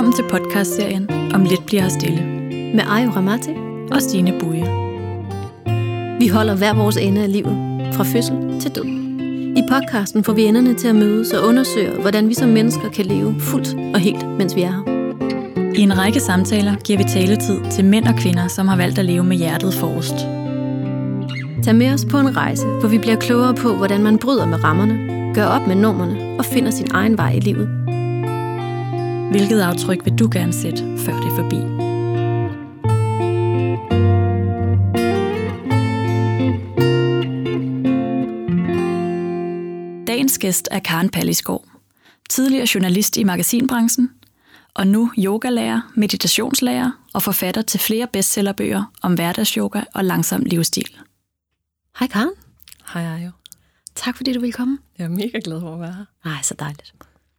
Velkommen til podcastserien Om lidt bliver her stille. Med Ayo Ramati og Stine Buie. Vi holder hver vores ende af livet, fra fødsel til død. I podcasten får vi enderne til at mødes og undersøge, hvordan vi som mennesker kan leve fuldt og helt, mens vi er her. I en række samtaler giver vi taletid til mænd og kvinder, som har valgt at leve med hjertet forrest. Tag med os på en rejse, hvor vi bliver klogere på, hvordan man bryder med rammerne, gør op med normerne og finder sin egen vej i livet. Hvilket aftryk vil du gerne sætte, før det er forbi? Dagens gæst er Karen Pallisgaard, tidligere journalist i magasinbranchen, og nu yogalærer, meditationslærer og forfatter til flere bestsellerbøger om hverdagsyoga og langsom livsstil. Hej Karen. Hej Ayo. Tak fordi du vil komme. Jeg er mega glad for at være her. Ej, så dejligt.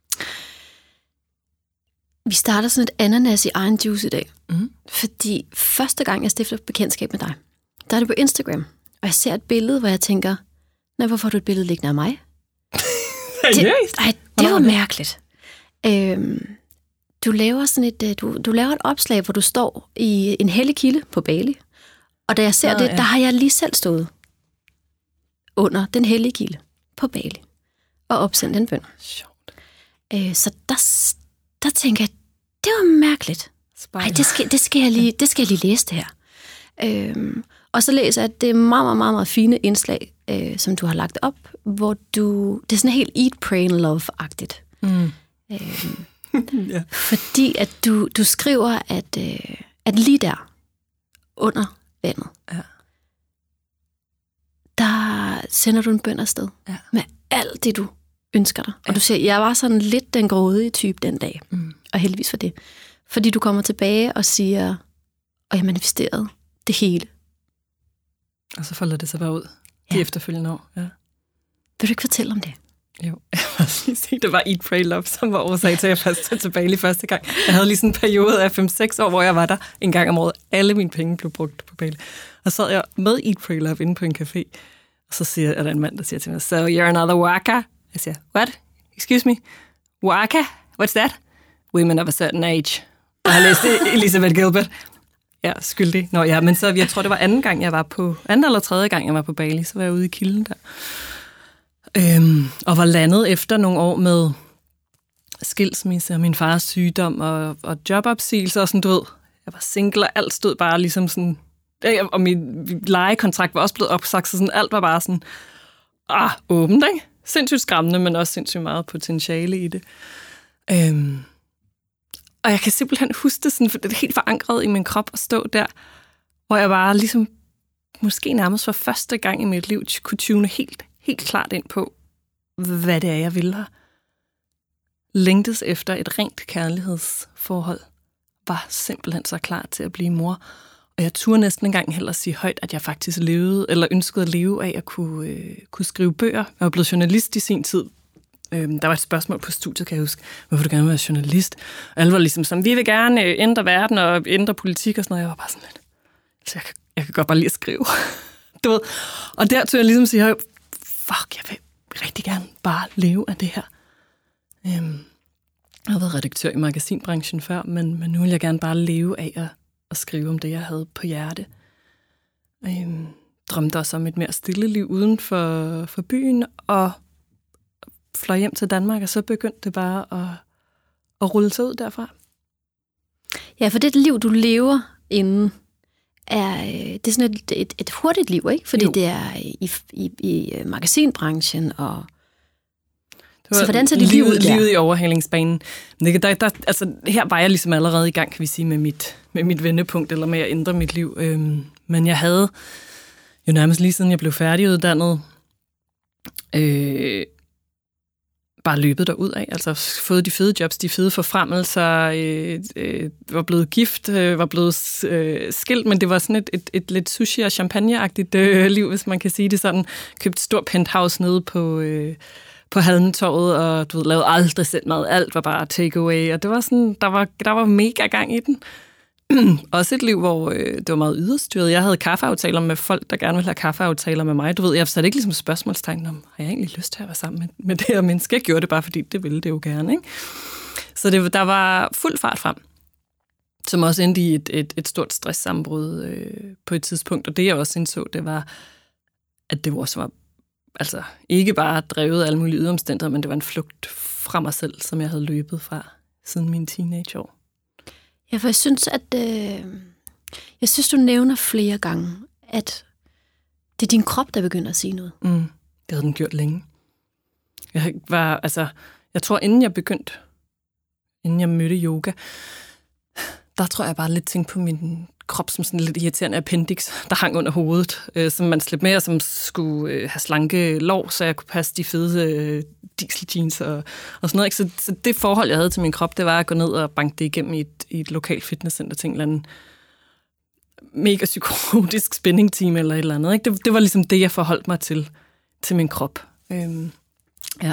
Vi starter sådan et ananas i egen juice i dag. Fordi første gang jeg stifter bekendtskab med dig, der er det på Instagram. Og jeg ser et billede, hvor jeg tænker, nej, hvorfor har du et billede liggende af mig? Det var mærkeligt. Du laver sådan du laver et opslag, hvor du står i en hellig kilde på Bali. Og da jeg ser det, der har jeg lige selv stået under den hellige kilde på Bali og opsendt en bøn. Sjovt. Så der tænker jeg, det var mærkeligt. Ej, det skal jeg lige læse det her. Og så læser jeg det meget, meget, meget fine indslag, som du har lagt op, hvor det er sådan helt eat, pray and love-agtigt. Ja. Fordi at du skriver, at lige der, under vandet, der sender du en bøn afsted med alt det, du ønsker dig. Og du siger, jeg var sådan lidt den grådige type den dag, og heldigvis for det. Fordi du kommer tilbage og siger, og jeg manifesterede det hele. Og så folder det sig bare ud de efterfølgende år. Ja. Vil du ikke fortælle om det? Jo, jeg må lige sige, det var Eat, Pray, Love, som var årsag til, at jeg først tog tilbage første gang. Jeg havde lige sådan en periode af 5-6 år, hvor jeg var der en gang om året. Alle mine penge blev brugt på Bali. Og så sad jeg med Eat, Pray, Love inde på en café. Og så er der en mand, der siger til mig, so you're another waka? Jeg siger, what? Excuse me? Waka? What's that? Women of a certain age. Og jeg læste Elizabeth Gilbert. Ja, skyldig. Nå ja, men så jeg tror, det var anden eller tredje gang, jeg var på Bali, så var jeg ude i kilden der. Og var landet efter nogle år med skilsmisse og min fars sygdom og jobopsigelse og sådan, du ved. Jeg var single, og alt stod bare ligesom sådan, og min lejekontrakt var også blevet opsagt, så sådan, alt var bare sådan, åbent, ikke? Sindssygt skræmmende, men også sindssygt meget potentiale i det. Og jeg kan simpelthen huske det sådan, for det er helt forankret i min krop at stå der, hvor jeg bare ligesom, måske nærmest for første gang i mit liv, kunne tune helt klart ind på, hvad det er, jeg ville have. Længtes efter et rent kærlighedsforhold, var simpelthen så klar til at blive mor. Og jeg turde næsten engang heller sige højt, at jeg faktisk levede, eller ønskede at leve af at kunne skrive bøger. Jeg var blevet journalist i sin tid. Der var et spørgsmål på studiet, kan jeg huske. Hvorfor du gerne vil være journalist? Og alle var ligesom sådan, vi vil gerne ændre verden og ændre politik og sådan noget. Jeg var bare sådan lidt, så jeg kan godt bare lide at skrive. Du ved. Og der tog jeg ligesom sige, fuck, jeg vil rigtig gerne bare leve af det her. Jeg har været redaktør i magasinbranchen før, men nu vil jeg gerne bare leve af at skrive om det, jeg havde på hjerte. Drømte også om et mere stille liv uden for byen, og fløj hjem til Danmark, og så begyndte det bare at rulle sig ud derfra. Ja, for det liv, du lever inden, det er sådan et hurtigt liv, ikke? Fordi det er i magasinbranchen, og så hvordan ser det liv ud der? Livet i overhalingsbanen. Altså, her var jeg ligesom allerede i gang, kan vi sige, med mit vendepunkt, eller med at ændre mit liv. Men jeg havde jo nærmest lige siden jeg blev færdiguddannet, bare løbet derud af, altså fået de fede jobs, de fede forfremmelser, var blevet gift, var blevet skilt, men det var sådan et lidt sushi- og champagne-agtigt liv, hvis man kan sige det sådan. Købt et stort penthouse nede på Halmtorvet, og du ved, lavede aldrig selv mad, alt var bare takeaway, og det var sådan, der var mega gang i den. Også et liv, hvor det var meget yderstyret. Jeg havde kaffeaftaler med folk, der gerne ville have kaffeaftaler med mig. Du ved, jeg satte ikke ligesom spørgsmålstegn om, har jeg egentlig lyst til at være sammen med det her menneske? Jeg gjorde det bare, fordi det ville det jo gerne, ikke? Så der var fuld fart frem, som også endte i et stort stresssammenbrud på et tidspunkt. Og det jeg også indså, det var, at det også var altså ikke bare drevet af alle mulige yderomstændigheder, men det var en flugt fra mig selv, som jeg havde løbet fra siden mine teenageår. Ja, for jeg synes, du nævner flere gange, at det er din krop, der begynder at sige noget. Det havde den gjort længe. Jeg tror, inden jeg mødte yoga, der tror jeg bare lidt tænkte på min krop som sådan en lidt irriterende appendix, der hang under hovedet, som man slæbte med, og som skulle have slanke lår, så jeg kunne passe de fede dieseljeans og sådan noget. Ikke? Så det forhold, jeg havde til min krop, det var at gå ned og banke det igennem i et lokalt fitnesscenter til en eller anden mega psykotisk spændingteam eller et eller andet. Ikke? Det var ligesom det, jeg forholdt mig til min krop. Ja.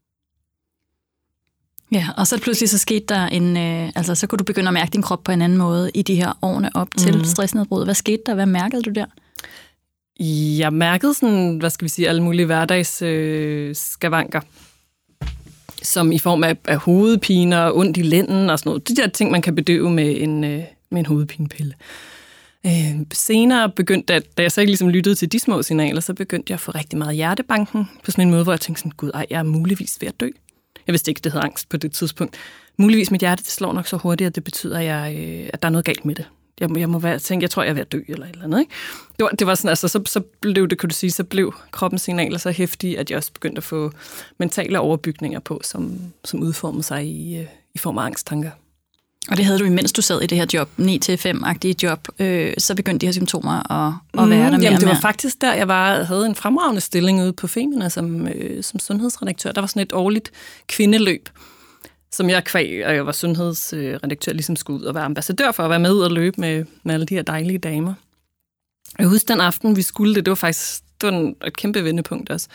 Ja, og så pludselig så skete der så kunne du begynde at mærke din krop på en anden måde i de her årene op til stressnedbrud. Hvad skete der? Hvad mærkede du der? Jeg mærkede sådan, alle mulige hverdagsskavanker, som i form af hovedpiner, ondt i lænden og sådan noget. De der ting, man kan bedøve med en hovedpinepille. Senere begyndte, da jeg så ikke ligesom lyttede til de små signaler, så begyndte jeg at få rigtig meget hjertebanken på sådan en måde, hvor jeg tænkte sådan, gud, jeg er muligvis ved at dø. Jeg vidste ikke, det hed angst på det tidspunkt. Muligvis mit hjerte, det slår nok så hurtigt, at det betyder, at der er noget galt med det. Jeg tror, jeg er ved at dø, eller et eller andet. Ikke? Det var sådan, altså, så blev det, kunne du sige, så blev kroppens signaler så heftige, at jeg også begyndte at få mentale overbygninger på, som udformede sig i form af angsttanker. Og det havde du, imens du sad i det her job, 9-5-agtige job, så begyndte de her symptomer at være der mere. Jamen, det var faktisk der, jeg havde en fremragende stilling ude på Femina som sundhedsredaktør. Der var sådan et årligt kvindeløb, som jeg og jeg var sundhedsredaktør, ligesom skulle ud og være ambassadør for at være med ud og løbe med alle de her dejlige damer. Jeg husker den aften, vi skulle det var et kæmpe vendepunkt også.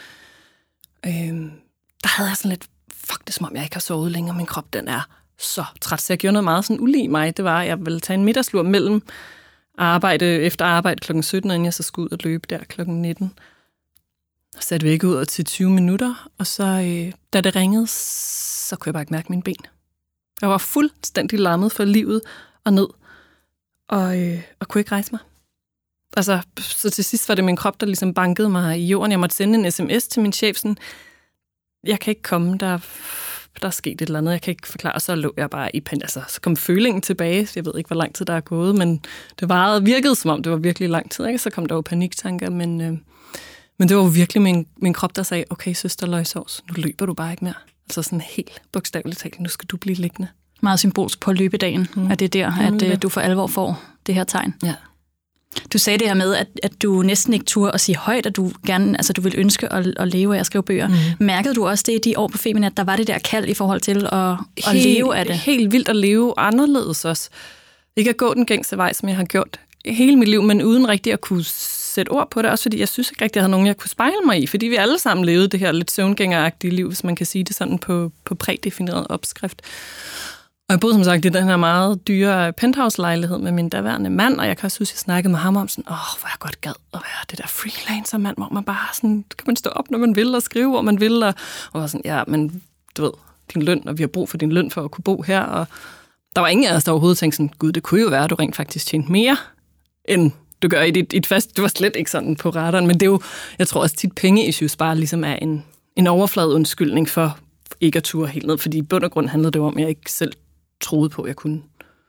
Der havde jeg sådan lidt, fuck, det er som om jeg ikke har sovet længere, min krop den er så træt. Så jeg gjorde noget meget sådan ulig mig. Det var, at jeg ville tage en middagslur mellem efter arbejde kl. 17, inden jeg så skulle ud og løbe der kl. 19. Og satte væk ud til 20 minutter, og så, da det ringede, så kunne jeg bare ikke mærke mine ben. Jeg var fuldstændig lammet for livet og ned, og kunne ikke rejse mig. Altså, så til sidst var det min krop, der ligesom bankede mig i jorden. Jeg måtte sende en sms til min chef, sådan, jeg kan ikke komme, der er sket et eller andet, jeg kan ikke forklare, så lå jeg bare i panik. Altså, så kom følingen tilbage, jeg ved ikke, hvor lang tid der er gået, men det virkede som om, det var virkelig lang tid, ikke? Så kom der jo paniktanker, men det var jo virkelig min krop, der sagde, okay, søster Løgsovs, nu løber du bare ikke mere. Altså sådan helt bogstaveligt talt, nu skal du blive liggende. Meget symbolsk på løbedagen, at det er der, at du for alvor får det her tegn. Ja. Du sagde det her med, at du næsten ikke turde at sige højt, at du gerne, altså du ville ønske at leve af at skrive bøger. Mærkede du også det i de år på Femina, at der var det der kald i forhold til at leve af det? Helt vildt at leve anderledes også. Ikke at gå den gængse vej, som jeg har gjort hele mit liv, men uden rigtig at kunne sætte ord på det. Også fordi jeg synes ikke rigtig, jeg havde nogen, jeg kunne spejle mig i. Fordi vi alle sammen levede det her lidt søvngængeragtige liv, hvis man kan sige det sådan på prædefineret opskrift. Og jeg boede som sagt i den her meget dyre penthouse-lejlighed med min daværende mand, og jeg kan også huske, at jeg snakkede med ham om sådan, hvor jeg godt gad at være det der freelancer-mand, hvor man bare sådan, kan man stå op, når man vil, og skrive, hvor man vil, og var sådan, ja, men du ved, din løn, og vi har brug for din løn for at kunne bo her, og der var ingen af os, der overhovedet tænkte sådan, gud, det kunne jo være, at du rent faktisk tjente mere, end du gør i dit fast. Det var slet ikke sådan på radaren, men det er jo, jeg tror også tit penge-issues bare ligesom er en overflade undskyldning for ikke at ture helt ned, fordi i bund og grund handlede det om, at jeg ikke selv troede på, at jeg kunne.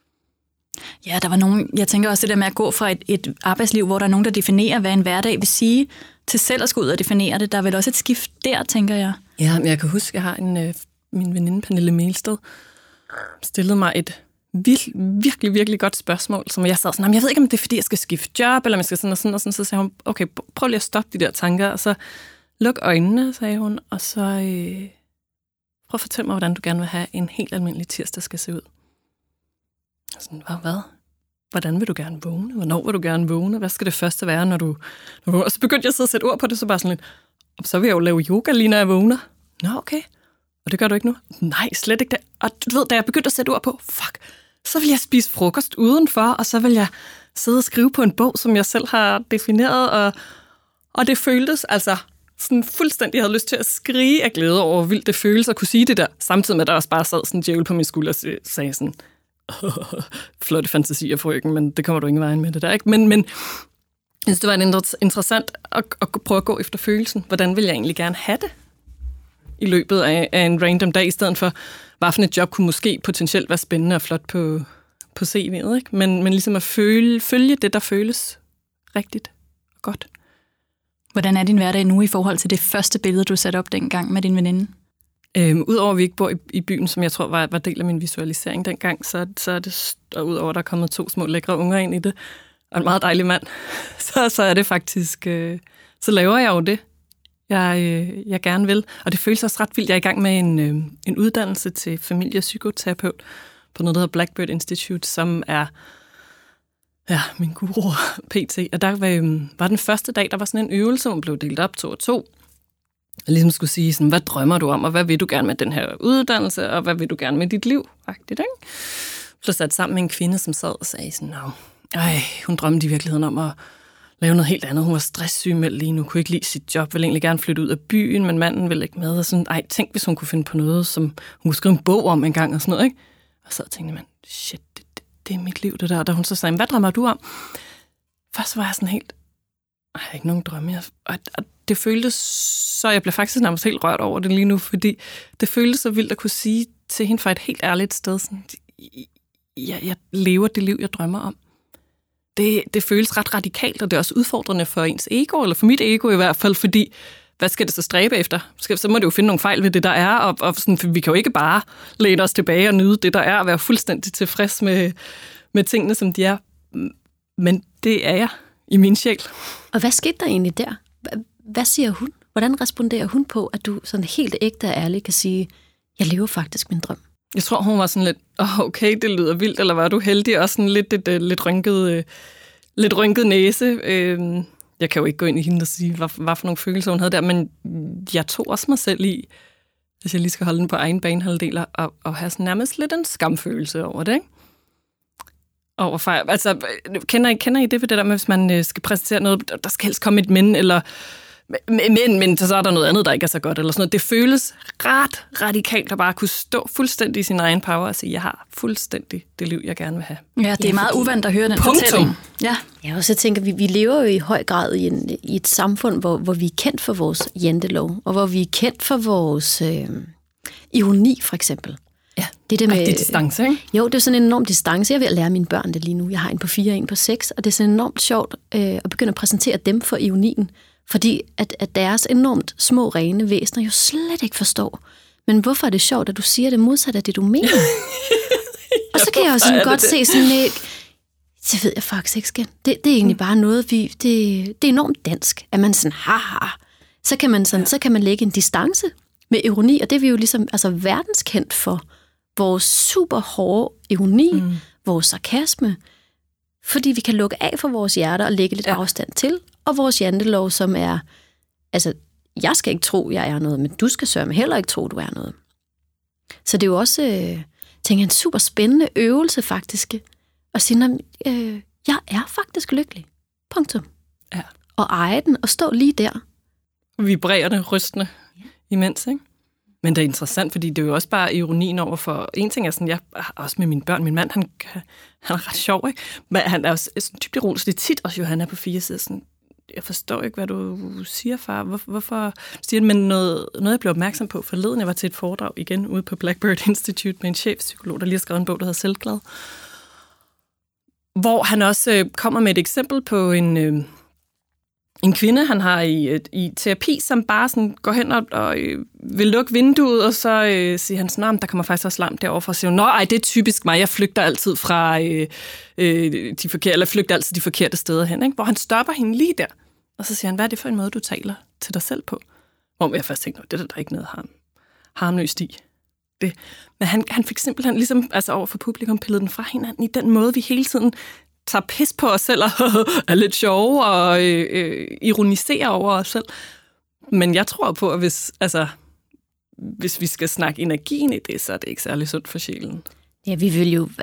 Ja, der var nogen, jeg tænker også det der med at gå fra et arbejdsliv, hvor der er nogen, der definerer, hvad en hverdag vil sige, til selv at skulle ud og definere det. Der er vel også et skift der, tænker jeg. Ja, men jeg kan huske, jeg har min veninde Pernille Melsted stillede mig et virkelig, virkelig godt spørgsmål, som jeg sad sådan, jeg ved ikke, om det er, fordi jeg skal skifte job, eller om jeg skal sådan og sådan, og sådan. Så sagde hun, okay, prøv lige at stoppe de der tanker, og så luk øjnene, sagde hun, og så prøv at fortælle mig, hvordan du gerne vil have en helt almindelig tirsdag skal se ud. Sådan, hvad? Hvordan vil du gerne vågne? Hvornår vil du gerne vågne? Hvad skal det første være, når du vågner? Og så begyndte jeg at sidde og sætte ord på det, så bare sådan lidt, og så vil jeg jo lave yoga lige når jeg vågner. Nå, okay. Og det gør du ikke nu? Nej, slet ikke det. Og du ved, da jeg begyndte at sætte ord på, så vil jeg spise frokost udenfor, og så vil jeg sidde og skrive på en bog, som jeg selv har defineret, og det føltes altså sådan fuldstændig havde lyst til at skrige af glæde over, hvor vildt det føles at kunne sige det der, samtidig med, at der også bare sad sådan en djævel på min skulder og sagde sådan, flotte fantasier, frøken, men det kommer du ingen vejen med det der, ikke? Men jeg synes, det var interessant at prøve at gå efter følelsen. Hvordan vil jeg egentlig gerne have det i løbet af en random dag, i stedet for, hvad for et job kunne måske potentielt være spændende og flot på CV'et, ikke? Men ligesom at følge det, der føles rigtigt og godt. Hvordan er din hverdag nu i forhold til det første billede, du satte op dengang med din veninde? Udover at vi ikke bor i byen, som jeg tror var del af min visualisering dengang, så er det, og udover at der er kommet 2 små lækre unger ind i det, og en meget dejlig mand, så er det faktisk, så laver jeg jo det, jeg gerne vil. Og det føles også ret vildt. Jeg er i gang med en uddannelse til familiepsykoterapeut på noget, der hedder Blackbird Institute, som er min guru PT. Og der var den første dag, der var sådan en øvelse, hvor man blev delt op 2 og 2. Og ligesom skulle sige, sådan, hvad drømmer du om, og hvad vil du gerne med den her uddannelse, og hvad vil du gerne med dit liv? Faktisk, ikke? Så sat sammen med en kvinde, som sad og sagde sådan, hun drømte i virkeligheden om at lave noget helt andet. Hun var stresssygemeldt lige nu, kunne ikke lide sit job, ville egentlig gerne flytte ud af byen, men manden ville ikke med. Og sådan, tænk, hvis hun kunne finde på noget, som hun kunne skrive en bog om en gang og sådan noget, ikke? Og så tænkte man, shit, det er mit liv, det der. Da hun så sagde, hvad drømmer du om? Først var jeg sådan helt, jeg har ikke nogen drømme. Og det føltes så, jeg blev faktisk nærmest helt rørt over det lige nu, fordi det føltes så vildt at kunne sige til hende fra et helt ærligt sted, sådan, jeg lever det liv, jeg drømmer om. Det føles ret radikalt, og det er også udfordrende for ens ego, eller for mit ego i hvert fald, fordi hvad skal det så stræbe efter? Så må det jo finde nogle fejl ved det, der er, og sådan, for vi kan jo ikke bare læne os tilbage og nyde det, der er, og være fuldstændig tilfreds med tingene, som de er. Men det er jeg i min sjæl. Og hvad skete der egentlig der? Hvad siger hun? Hvordan responderer hun på, at du sådan helt ægte og ærligt kan sige, jeg lever faktisk min drøm? Jeg tror, hun var sådan lidt, okay, det lyder vildt, eller var du heldig? Også sådan lidt rynket næse. Jeg kan jo ikke gå ind i hende og sige, hvad for nogle følelser hun havde der, men jeg tog også mig selv i, hvis jeg lige skal holde den på egen banehalvdel, og have sådan nærmest lidt en skamfølelse over det, ikke? Altså, kender I det ved det der med, hvis man skal præsentere noget, der skal helst komme et men, eller men så er der noget andet, der ikke er så godt, eller sådan noget. Det føles ret radikalt at bare kunne stå fuldstændig i sin egen power og sige, jeg har fuldstændig det liv, jeg gerne vil have. Ja, det er meget uvandt at høre den fortælling. Ja, og så tænker vi lever jo i høj grad i et samfund, hvor vi er kendt for vores jantelov, og hvor vi er kendt for vores ironi, for eksempel. Ja, det med distance, ikke? Jo, det er sådan en enorm distance. Jeg er ved at lære mine børn det lige nu. Jeg har en på 4 og en på 6, og det er sådan enormt sjovt at begynde at præsentere dem for ironien, fordi at deres enormt små, rene væsener jo slet ikke forstår. Men hvorfor er det sjovt, at du siger det modsatte af det, du mener? Og så kan jeg jo sådan godt se sådan et, det ved jeg faktisk ikke, skat. Det er egentlig bare noget, det er enormt dansk, at man sådan, haha. Så kan man lægge en distance med ironi, og det er vi jo ligesom verdenskendt for. Vores super hårde ironi, vores sarkasme, fordi vi kan lukke af for vores hjerter og lægge lidt afstand til, og vores jantelov, som er, jeg skal ikke tro, jeg er noget, men du skal sørge mig heller ikke tro, du er noget. Så det er jo også, tænker en super spændende øvelse faktisk, at sige, jeg er faktisk lykkelig. Punktum. Ja. Og eje den, og stå lige der. Vibrerende, rystende imens, ikke? Men det er interessant, fordi det er jo også bare ironien over for... En ting er sådan, jeg også med mine børn, min mand, han er ret sjov, ikke? Men han er også sådan dybt ironisk. Det er tit også, Johanna på 4 side sådan, jeg forstår ikke, hvad du siger, far. Hvorfor siger det? Men noget, jeg blev opmærksom på forleden, jeg var til et foredrag igen ude på Blackbird Institute med en chefpsykolog, der lige har skrevet en bog, der hedder Selvglad. Hvor han også kommer med et eksempel på en kvinde, han har i terapi, som bare sådan går hen og vil lukke vinduet, og så siger han sådan, der kommer faktisk også larm derovre fra, og siger, det er typisk mig, jeg flygter altid fra de forkerte, eller flygter altid de forkerte steder hen, ikke? Hvor han stopper hende lige der, og så siger han, hvad er det for en måde, du taler til dig selv på? Hvor jeg først tænkte, det er der ikke noget harmløst i. Det. Men han fik simpelthen ligesom, over for publikum, pillet den fra hinanden i den måde, vi hele tiden tager pis på os selv og er lidt sjove og ironiserer over os selv. Men jeg tror på, at hvis vi skal snakke energien i det, så er det ikke særlig sundt for sjælen. Ja, vi vil jo,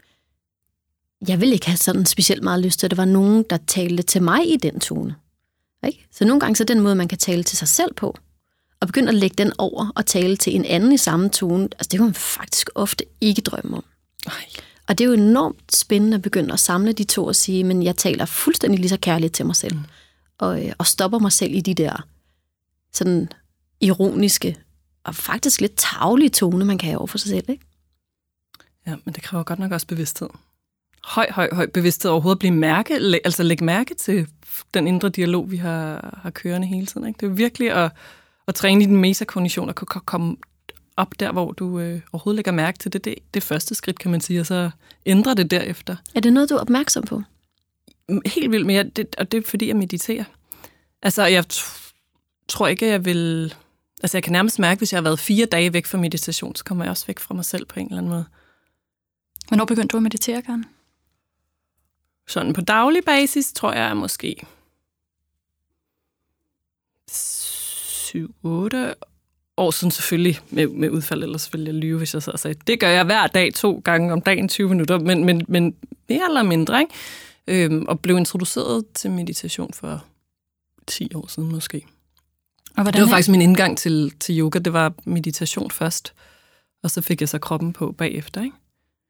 jeg vil ikke have sådan specielt meget lyst til, at der var nogen, der talte til mig i den tone. Ikke? Så nogle gange så er den måde, man kan tale til sig selv på, og begynde at lægge den over og tale til en anden i samme tone, altså det kan man faktisk ofte ikke drømme om. Ej. Og det er jo enormt spændende at begynde at samle de to og sige, men jeg taler fuldstændig lige så kærligt til mig selv, og stopper mig selv i de der sådan ironiske og faktisk lidt tarvelige tone, man kan have over for sig selv, ikke? Ja, men det kræver godt nok også bevidsthed. Høj bevidsthed overhovedet at lægge mærke til den indre dialog, vi har kørende hele tiden. Ikke? Det er virkelig at træne i din metakognition og kunne komme op der, hvor du overhovedet lægger mærke til det. Det første skridt, kan man sige, og så ændre det derefter. Er det noget, du er opmærksom på? Helt vildt, men og det er fordi, jeg mediterer. Altså, jeg tror ikke, jeg vil... Altså, jeg kan nærmest mærke, hvis jeg har været 4 dage væk fra meditation, så kommer jeg også væk fra mig selv på en eller anden måde. Hvornår begyndte du at meditere, Karen? Sådan på daglig basis, tror jeg måske 7-8 år siden selvfølgelig, med udfald, ellers selvfølgelig jeg lyve, hvis jeg så sagde, det gør jeg hver dag 2 gange om dagen 20 minutter, men mere eller mindre, ikke? Og blev introduceret til meditation for 10 år siden måske. Og det var faktisk min indgang til yoga, det var meditation først, og så fik jeg så kroppen på bagefter, ikke?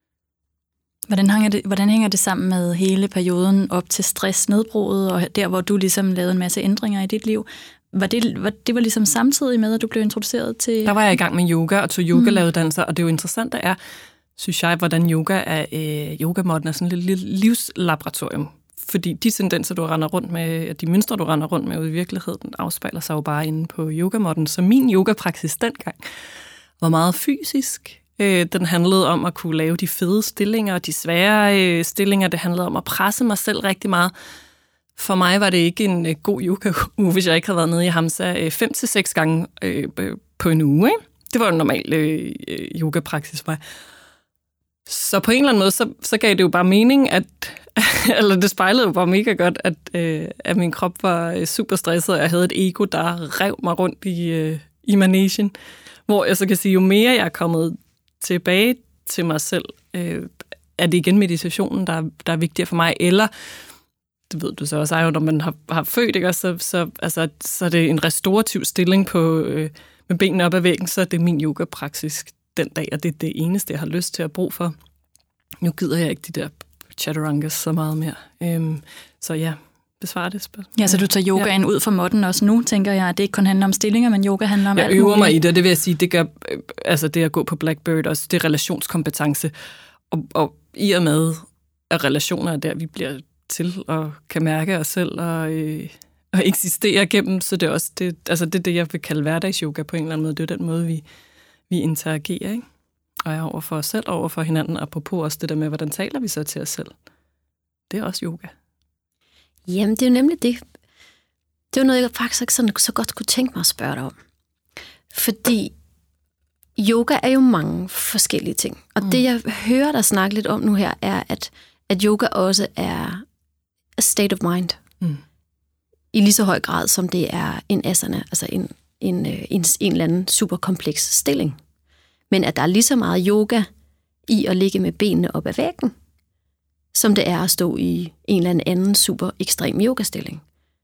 Hvordan hænger det sammen med hele perioden op til stressnedbruddet, og der, hvor du ligesom lavede en masse ændringer i dit liv? Det var ligesom samtidig med, at du blev introduceret til... Der var jeg i gang med yoga og tog yogalæreruddannelser, og det er jo interessant, der er, synes jeg, hvordan yogamåtten er sådan et lille livslaboratorium. Fordi de tendenser, du render rundt med, de mønstre, du render rundt med ude i virkeligheden, afspejler sig jo bare inde på yogamåtten. Så min yogapraksis dengang var meget fysisk. Den handlede om at kunne lave de fede stillinger og de svære stillinger. Det handlede om at presse mig selv rigtig meget. For mig var det ikke en god yoga-uge, hvis jeg ikke havde været nede i Hamsa 5-6 gange på en uge. Ikke? Det var en normal yogapraksis for mig. Så på en eller anden måde, så gav det jo bare mening, eller det spejlede jo bare mega godt, at min krop var super stresset, og jeg havde et ego, der rev mig rundt i managen. Hvor jeg så kan sige, jo mere jeg er kommet tilbage til mig selv, er det igen meditationen, der er vigtigere for mig, eller det ved du så også, når man har født, ikke? Så er det en restaurativ stilling med benene op ad væggen, så er det min yogapraksis den dag, og det er det eneste, jeg har lyst til at bruge for. Nu gider jeg ikke de der chaturangas så meget mere. Så ja, besvar det spørgsmål. Ja, så du tager yogaen ud fra måtten også nu, tænker jeg, at det ikke kun handler om stillinger, men yoga handler om alt muligt. Jeg øver mig i det, det vil jeg sige, det gør, altså det at gå på Blackbird, også det er relationskompetence, og i og med, at relationer er der, vi bliver til og kan mærke os selv og eksistere gennem, så det er også det, jeg vil kalde hverdagsyoga på en eller anden måde. Det er den måde, vi interagerer, ikke? Og er over for os selv, over for hinanden, apropos også det der med, hvordan taler vi så til os selv. Det er også yoga. Jamen, det er jo nemlig det. Det var noget, jeg faktisk ikke så godt kunne tænke mig at spørge dig om. Fordi yoga er jo mange forskellige ting. Og det, jeg hører dig snakke lidt om nu her, er, at yoga også er a state of mind. I lige så høj grad, som det er en asana, altså en eller anden super kompleks stilling. Men at der er lige så meget yoga i at ligge med benene op ad væggen, som det er at stå i en eller anden super ekstrem yogastilling.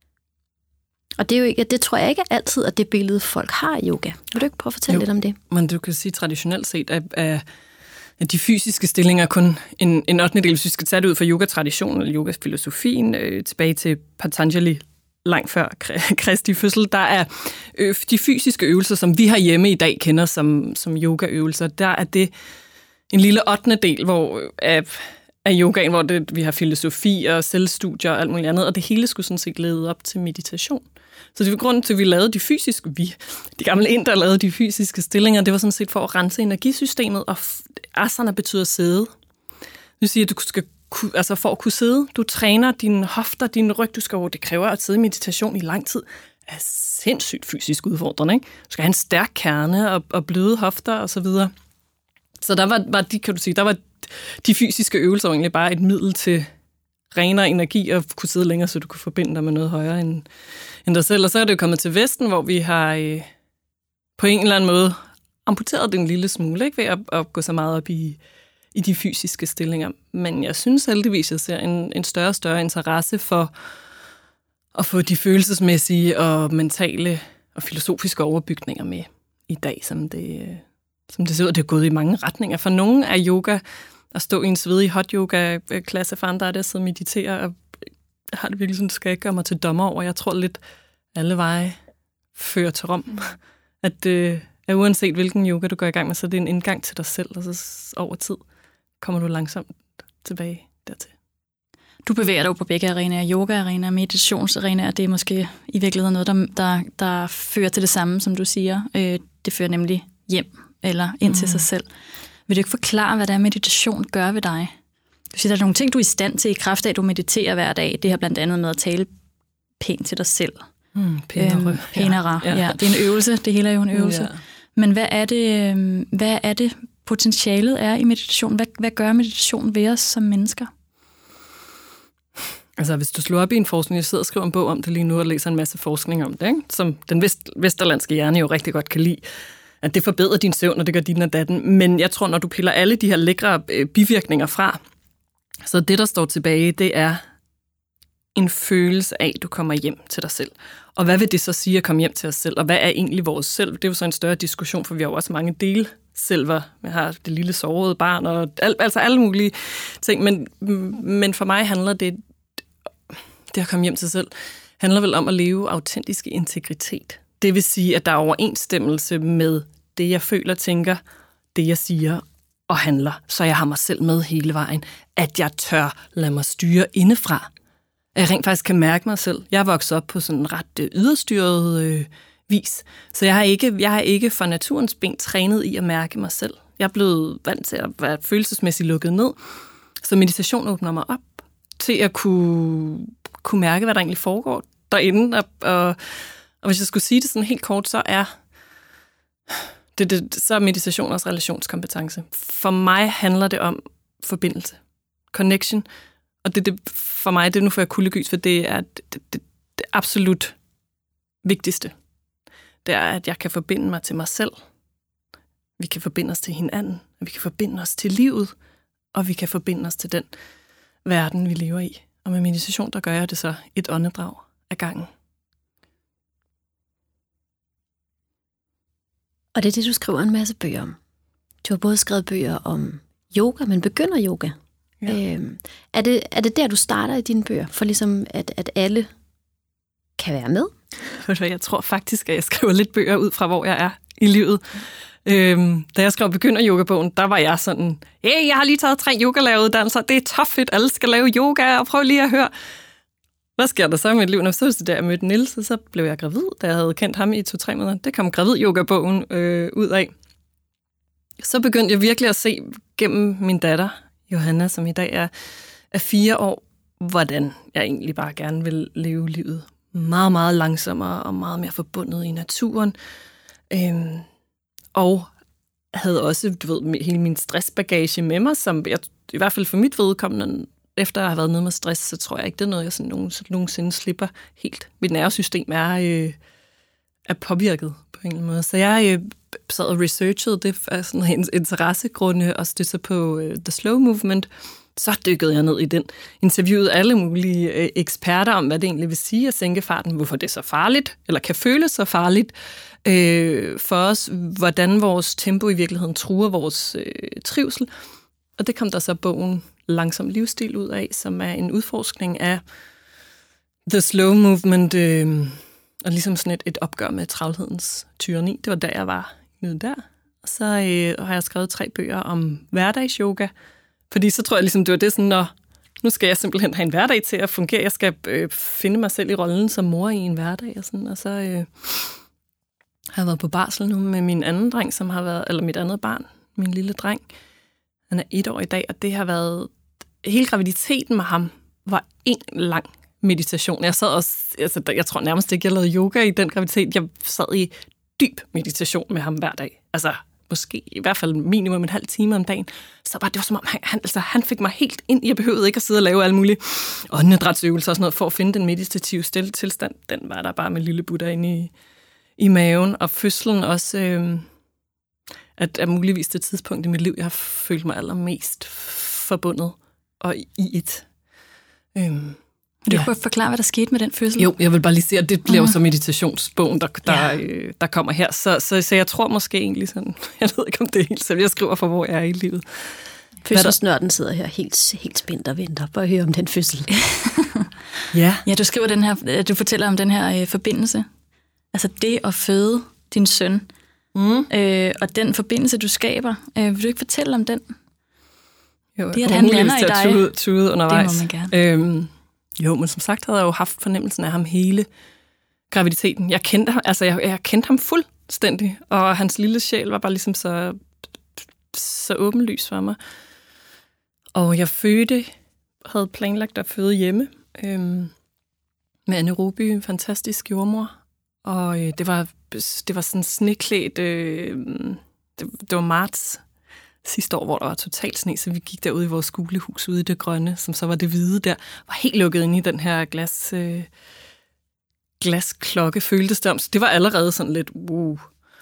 Og det er jo ikke, det tror jeg ikke altid, at det billede, folk har i yoga. Vil du ikke prøve at fortælle lidt om det? Men du kan sige, traditionelt set, at de fysiske stillinger kun en 8. del, hvis vi skal tage det ud fra yogatraditionen eller yogafilosofien, tilbage til Patanjali, langt før Kristi fødsel, der er de fysiske øvelser, som vi herhjemme i dag kender som yogaøvelser, der er det en lille 8. del af yogaen, hvor vi har filosofi og selvstudier og alt muligt andet, og det hele skulle sådan set lede op til meditation. Så det var grunden til, at vi lavede de gamle inder lavede de fysiske stillinger, det var sådan set for at rense energisystemet, og asana betyder sidde. Det vil sige, at du skal for at kunne sidde, du træner dine hofter, din ryg, det kræver at sidde i meditation i lang tid, er sindssygt fysisk udfordrende, ikke? Du skal have en stærk kerne og bløde hofter og så videre. Så der var de fysiske øvelser egentlig bare et middel til renere energi og kunne sidde længere, så du kunne forbinde dig med noget højere end dig selv. Og så er det jo kommet til Vesten, hvor vi har på en eller anden måde amputeret det en lille smule, ikke? Ved at gå så meget op i de fysiske stillinger. Men jeg synes heldigvis, jeg ser en større og større interesse for at få de følelsesmæssige og mentale og filosofiske overbygninger med i dag, som det ser ud. Det er gået i mange retninger. For nogen er yoga at stå i en svedig hot yoga-klasse, for andre er det at sidde og meditere, og har det virkelig sådan, skal jeg gøre mig til dommer over. Jeg tror lidt, alle veje fører til Rom. At uanset hvilken yoga du går i gang med, så er det en indgang til dig selv, og så over tid kommer du langsomt tilbage dertil. Du bevæger dig jo på begge arenaer, yoga-arenaer, meditationsarenaer, det er måske i virkeligheden noget, der fører til det samme, som du siger. Det fører nemlig hjem eller ind til sig selv. Vil du ikke forklare, hvad det er, meditation gør ved dig? Du siger, der er nogle ting, du er i stand til i kraft af, at du mediterer hver dag. Det har blandt andet med at tale pænt til dig selv. Pænere. Ja. Det er en øvelse. Det hele er jo en øvelse. Ja. Men hvad er det potentialet er i meditation? Hvad gør meditation ved os som mennesker? Altså, hvis du slår op i en forskning, jeg sidder og skriver en bog om det lige nu, og læser en masse forskning om det, ikke? Som den vesterlandske hjerne jo rigtig godt kan lide, at det forbedrer din søvn, og det gør din og datten. Men jeg tror, når du piller alle de her lækre bivirkninger fra, så det, der står tilbage, det er en følelse af, at du kommer hjem til dig selv. Og hvad vil det så sige at komme hjem til os selv? Og hvad er egentlig vores selv? Det er jo så en større diskussion, for vi har jo også mange delselver. Vi har det lille sårede barn, og altså alle mulige ting. Men for mig handler det at komme hjem til sig selv, handler vel om at leve autentisk integritet. Det vil sige, at der er overensstemmelse med det, jeg føler, tænker, det, jeg siger og handler. Så jeg har mig selv med hele vejen. At jeg tør lade mig styre indefra. At jeg rent faktisk kan mærke mig selv. Jeg er vokset op på sådan en ret yderstyret vis. Så jeg har ikke fra naturens ben trænet i at mærke mig selv. Jeg er blevet vant til at være følelsesmæssigt lukket ned. Så meditation åbner mig op til at kunne mærke, hvad der egentlig foregår derinde. Og hvis jeg skulle sige det sådan helt kort, så er så er meditation også relationskompetence. For mig handler det om forbindelse, connection, og det for mig, det nu får jeg kuldegys, for det er det absolut vigtigste. Det er, at jeg kan forbinde mig til mig selv. Vi kan forbinde os til hinanden, vi kan forbinde os til livet, og vi kan forbinde os til den verden, vi lever i. Og med meditation, der gør jeg det så et åndedrag ad gangen. Og det er det, du skriver en masse bøger om. Du har både skrevet bøger om yoga, men begynder yoga. Ja. Er det der, du starter i dine bøger, for ligesom at alle kan være med? Jeg tror faktisk, at jeg skriver lidt bøger ud fra, hvor jeg er i livet. Da jeg skrev begynder-yoga-bogen, der var jeg sådan, hey, jeg har lige taget 3 yoga-læreruddannelser, det er tough, alle skal lave yoga, og prøv lige at høre. Hvad sker der så med mit liv? Når så det der, jeg mødte Niels, så blev jeg gravid, da jeg havde kendt ham i 2-3 måneder. Det kom gravid-yoga-bogen ud af. Så begyndte jeg virkelig at se gennem min datter, Johanna, som i dag er 4 år, hvordan jeg egentlig bare gerne vil leve livet meget, meget langsommere og meget mere forbundet i naturen. Og havde også, hele min stressbagage med mig, som jeg, i hvert fald for mit vedkommende, efter at have været nede med stress, så tror jeg ikke, det er noget, jeg sådan nogensinde slipper helt. Mit nervesystem er påvirket på en eller anden måde. Så jeg sad og researchede det af sådan en interessegrunde og støttede på The Slow Movement. Så dykkede jeg ned i den, interviewede alle mulige eksperter om, hvad det egentlig vil sige at sænke farten, hvorfor det er så farligt, eller kan føles så farligt for os, hvordan vores tempo i virkeligheden truer vores trivsel. Og det kom der så bogen Langsom livsstil ud af, som er en udforskning af The Slow Movement, og ligesom sådan et opgør med travlhedens tyranni. Det var der, jeg var nede der. Og så har jeg skrevet 3 bøger om hverdagsyoga, fordi så tror jeg ligesom, det var det sådan, nu skal jeg simpelthen have en hverdag til at fungere. Jeg skal finde mig selv i rollen som mor i en hverdag. Og sådan, og så har jeg været på barsel nu med min anden dreng, som har været, eller mit andet barn, min lille dreng. Han er 1 år i dag, og det har været, hele graviditeten med ham var en lang meditation. Jeg sad også, jeg tror nærmest ikke, jeg lavede yoga i den graviditet. Jeg sad i dyb meditation med ham hver dag. Altså måske i hvert fald minimum en halv time om dagen. Så det var som om, han fik mig helt ind. Jeg behøvede ikke at sidde og lave alle mulige åndedrætsøvelser og sådan noget, for at finde den meditative stille tilstand. Den var der bare med lille Buddha inde i maven. Og fødslen også, at er muligvis det tidspunkt i mit liv, jeg har følt mig allermest forbundet og i et. Du kan forklare, hvad der skete med den fødsel? Jo, jeg vil bare lige sige, at det bliver jo så meditationsbogen, der kommer her. Så jeg tror måske egentlig sådan, jeg ved ikke, om det er helt selv, jeg skriver for, hvor jeg er i livet. Fødselsnørden sidder her helt spændt og venter på at høre om den fødsel. Ja, du skriver den her, du fortæller om den her forbindelse. Altså det at føde din søn. Og den forbindelse, du skaber. Vil du ikke fortælle om den? Jo, det, at han lander i dig. Tude undervejs. Det må man gerne. Jo, men som sagt havde jeg jo haft fornemmelsen af ham hele graviditeten. Jeg kendte ham, jeg kendte ham fuldstændig, og hans lille sjæl var bare ligesom så åbenlys for mig. Og jeg havde planlagt at føde hjemme med Anne Roby, en fantastisk jordmor. Og det var sådan sneklædt, det var marts sidste år, hvor der var totalt sne, så vi gik derude i vores skolehus ude i det grønne, som så var det hvide der, var helt lukket inde i den her glasklokke, føltes det om. Så det var allerede sådan lidt, wow.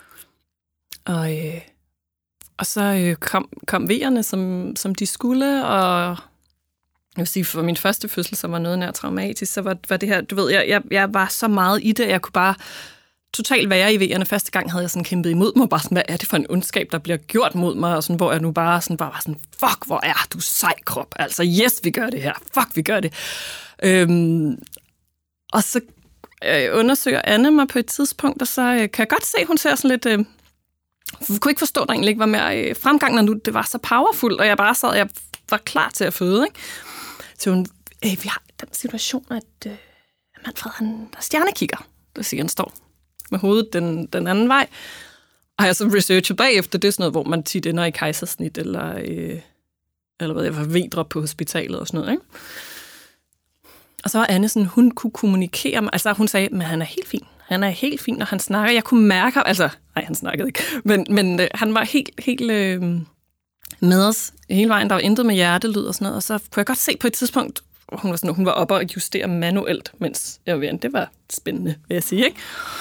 Og så kom vejerne, som de skulle, og jeg vil sige, for min første fødsel, som var noget nær traumatisk, så var det her, du ved, jeg var så meget i det, jeg kunne bare totalt være i vejerne. Første gang havde jeg sådan kæmpet imod mig, bare sådan, hvad er det for en ondskab, der bliver gjort mod mig, og sådan, hvor jeg nu bare var sådan, fuck, hvor er du sej krop, altså yes, vi gør det her, fuck, vi gør det. Og så undersøger Anne mig på et tidspunkt, og så kan jeg godt se, hun ser sådan lidt, hun kunne ikke forstå, at der egentlig ikke var mere fremgang, når nu det var så powerful, og jeg bare sad, jeg var klar til at føde, ikke? Så hun, vi har den situation, at Manfred, han der stjernekigger, det siger, han står med hovedet den anden vej. Og jeg så researchet bagefter, det er sådan noget, hvor man tit ender i kejsersnit, eller hvad jeg forvedrer på hospitalet og sådan noget, ikke? Og så var Anne sådan, hun kunne kommunikere med, altså hun sagde, men han er helt fin. Han er helt fin, og han snakker. Jeg kunne mærke ham, altså, nej, han snakkede ikke, men han var helt med os hele vejen. Der var intet med hjertelyd og sådan noget, og så kunne jeg godt se på et tidspunkt, hun var oppe og justere manuelt, mens jeg var ved, det var spændende, vil jeg sige, ikke?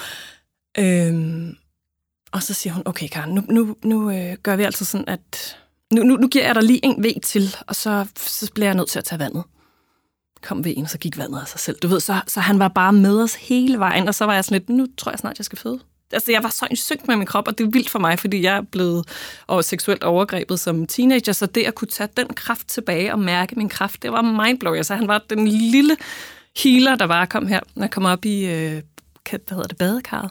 Og så siger hun, okay Karen, nu gør vi altså sådan, at nu giver jeg dig lige en væg til, og så bliver jeg nødt til at tage vandet. Kom vægen, så gik vandet af sig selv. Du ved, så han var bare med os hele vejen, og så var jeg sådan lidt, nu tror jeg snart, jeg skal føde. Altså, jeg var så synk med min krop, og det er vildt for mig, fordi jeg er blevet seksuelt overgrebet som teenager, så det at kunne tage den kraft tilbage og mærke min kraft, det var mindblowing. Så han var den lille healer, der bare kom her, når jeg kom op i, badekarret.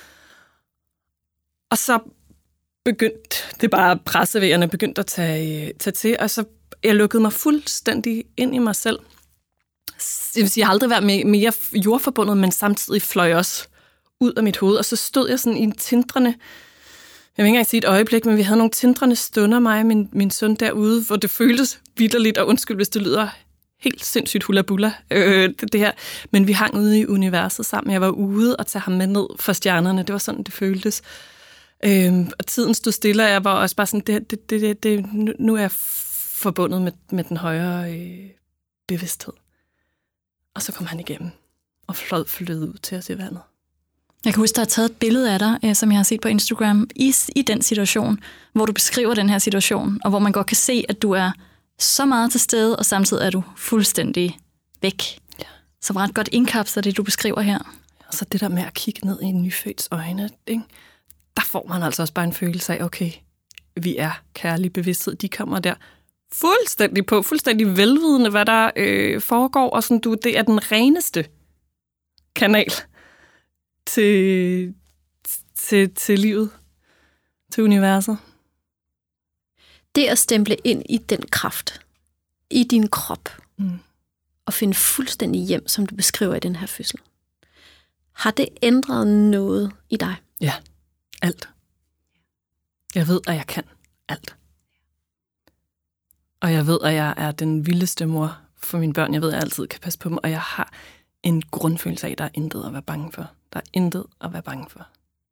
Og så begyndte det bare, pressevægerne begyndte at tage til, og så jeg lukkede mig fuldstændig ind i mig selv. Jeg vil sige, jeg har aldrig været mere jordforbundet, men samtidig fløj også ud af mit hoved, og så stod jeg sådan i en tindrende, jeg vil ikke engang sige et øjeblik, men vi havde nogle tindrende stunder, mig og min søn derude, hvor det føltes vitterligt, og undskyld, hvis det lyder helt sindssygt hula-bulla, det her. Men vi hang ude i universet sammen. Jeg var ude og tage ham med ned for stjernerne. Det var sådan, det føltes. Og tiden stod stille, og jeg var også bare sådan, nu er jeg forbundet med den højere bevidsthed. Og så kom han igennem og flød ud til os i vandet. Jeg kan huske, der er taget et billede af dig, som jeg har set på Instagram, i den situation, hvor du beskriver den her situation, og hvor man godt kan se, at du er så meget til stede, og samtidig er du fuldstændig væk. Ja. Så ret godt indkapsler det, du beskriver her. Og så det der med at kigge ned i en nyfødts øjne, ikke? Der får man altså også bare en følelse af, okay, vi er kærlig bevidsthed, de kommer der fuldstændig velvidende, hvad der foregår, og sådan, det er den reneste kanal til livet, til universet. Det at stemple ind i den kraft, i din krop, og finde fuldstændig hjem, som du beskriver i den her fødsel, har det ændret noget i dig? Ja, alt. Jeg ved, at jeg kan alt. Og jeg ved, at jeg er den vildeste mor for mine børn. Jeg ved, at jeg altid kan passe på dem, og jeg har en grundfølelse af, at der er intet at være bange for. Der er intet at være bange for.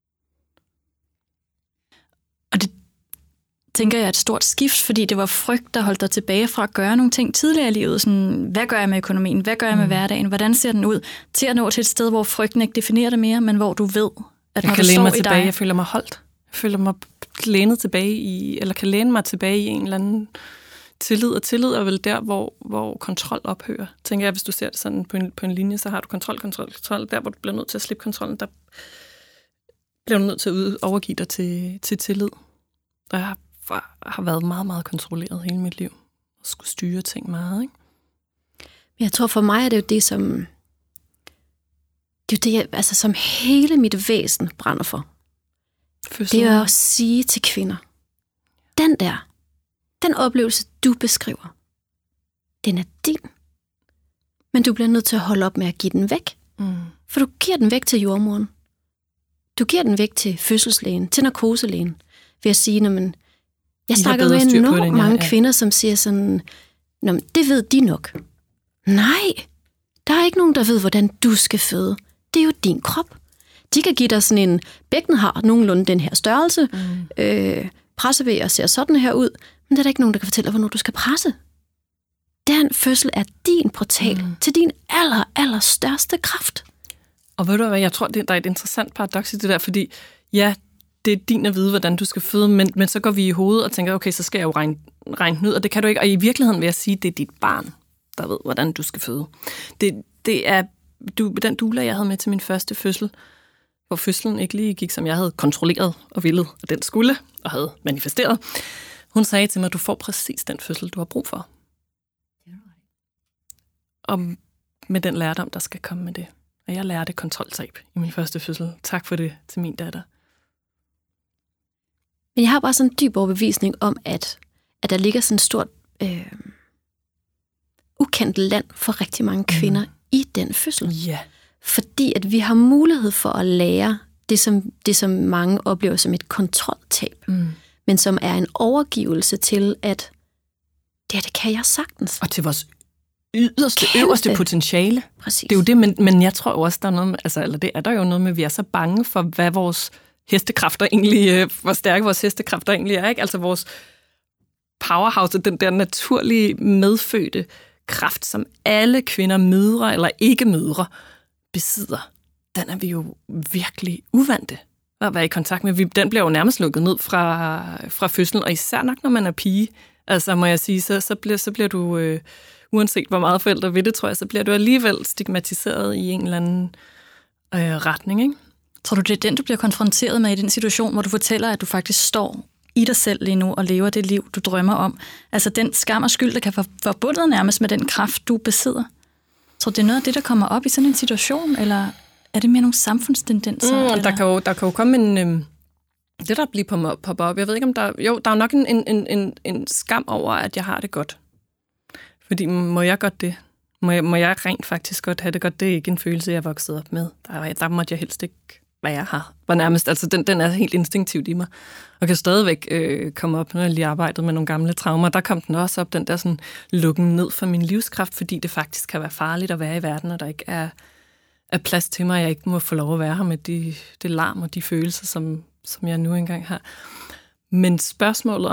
Og det tænker jeg er et stort skift, fordi det var frygt, der holdt dig tilbage fra at gøre nogle ting tidligere i livet. Sådan, hvad gør jeg med økonomien? Hvad gør jeg med hverdagen? Hvordan ser den ud? Til at nå til et sted, hvor frygten ikke definerer det mere, men hvor du ved, at når du står i dig... Jeg føler mig holdt. Jeg føler mig lænet tilbage i, eller kan læne mig tilbage i en eller anden Tillid er vel der, hvor kontrol ophører. Tænker jeg, hvis du ser det sådan på en linje, så har du kontrol. Der, hvor du bliver nødt til at slippe kontrollen, der bliver du nødt til at overgive dig til tillid. Og jeg har været meget, meget kontrolleret hele mit liv. Og skulle styre ting meget, ikke? Jeg tror for mig, er det jo det, som... Det er jo det, som hele mit væsen brænder for. Det er at sige til kvinder, den oplevelse, du beskriver, den er din. Men du bliver nødt til at holde op med at give den væk. For du giver den væk til jordmoren. Du giver den væk til fødselslægen, til narkoselægen. Ved at sige, jeg snakker med enormt mange kvinder, som siger sådan, det ved de nok. Nej, der er ikke nogen, der ved, hvordan du skal føde. Det er jo din krop. De kan give dig sådan en, bækkenet har nogenlunde den her størrelse, pressevæger ser sådan her ud, men der er der ikke nogen, der kan fortælle dig, hvornår du skal presse. Den fødsel er din portal til din aller største kraft. Og ved du hvad, jeg tror, der er et interessant paradoks i det der, fordi ja, det er din at vide, hvordan du skal føde, men så går vi i hovedet og tænker, okay, så skal jeg jo regne den ud, og det kan du ikke. Og i virkeligheden vil jeg sige, det er dit barn, der ved, hvordan du skal føde. Det er den doula, jeg havde med til min første fødsel, hvor fødslen ikke lige gik, som jeg havde kontrolleret og villet, og den skulle, og havde manifesteret. Hun sagde til mig, du får præcis den fødsel, du har brug for. Og med den lærdom, der skal komme med det. Og jeg lærte kontroltab i min første fødsel. Tak for det til min datter. Men jeg har bare sådan en dyb overbevisning om, at der ligger sådan et stort ukendt land for rigtig mange kvinder i den fødsel. Ja. Fordi at vi har mulighed for at lære det, som mange oplever som et kontroltab, men som er en overgivelse til, at det kan jeg sagtens. Og til vores øverste potentiale. Præcis. Det er jo det, men jeg tror også, der er noget med, eller det er der jo noget med, vi er så bange for, hvad vores hestekræfter egentlig, hvor stærke vores hestekræfter egentlig er, ikke? Altså vores powerhouse, den der naturlige medfødte kraft, som alle kvinder, mødre eller ikke mødre, besidder, den er vi jo virkelig uvante at være i kontakt med. Den bliver jo nærmest lukket ned fra fødslen, og især nok, når man er pige, altså må jeg sige, så bliver du, uanset hvor meget forældre ved det, tror jeg, så bliver du alligevel stigmatiseret i en eller anden retning, ikke? Tror du, det er den, du bliver konfronteret med i den situation, hvor du fortæller, at du faktisk står i dig selv lige nu og lever det liv, du drømmer om? Altså den skam og skyld, der kan være forbundet nærmest med den kraft, du besidder. Tror du, det er noget af det, der kommer op i sådan en situation, eller er det mere nogle samfundstendenser? Der kan jo komme en... det der bliver popper op, jeg ved ikke, om der... Jo, der er nok en skam over, at jeg har det godt. Fordi må jeg godt det? Må jeg rent faktisk godt have det godt? Det er ikke en følelse, jeg er vokset op med. Der måtte jeg helst ikke, hvad jeg har. Var nærmest, altså den er helt instinktivt i mig. Og kan stadigvæk komme op, når jeg lige arbejdet med nogle gamle traumer. Der kom den også op, den der sådan lukken ned for min livskraft, fordi det faktisk kan være farligt at være i verden, og der ikke er plads til mig, jeg ikke må få lov at være her med det larm og de følelser, som jeg nu engang har. Men spørgsmålet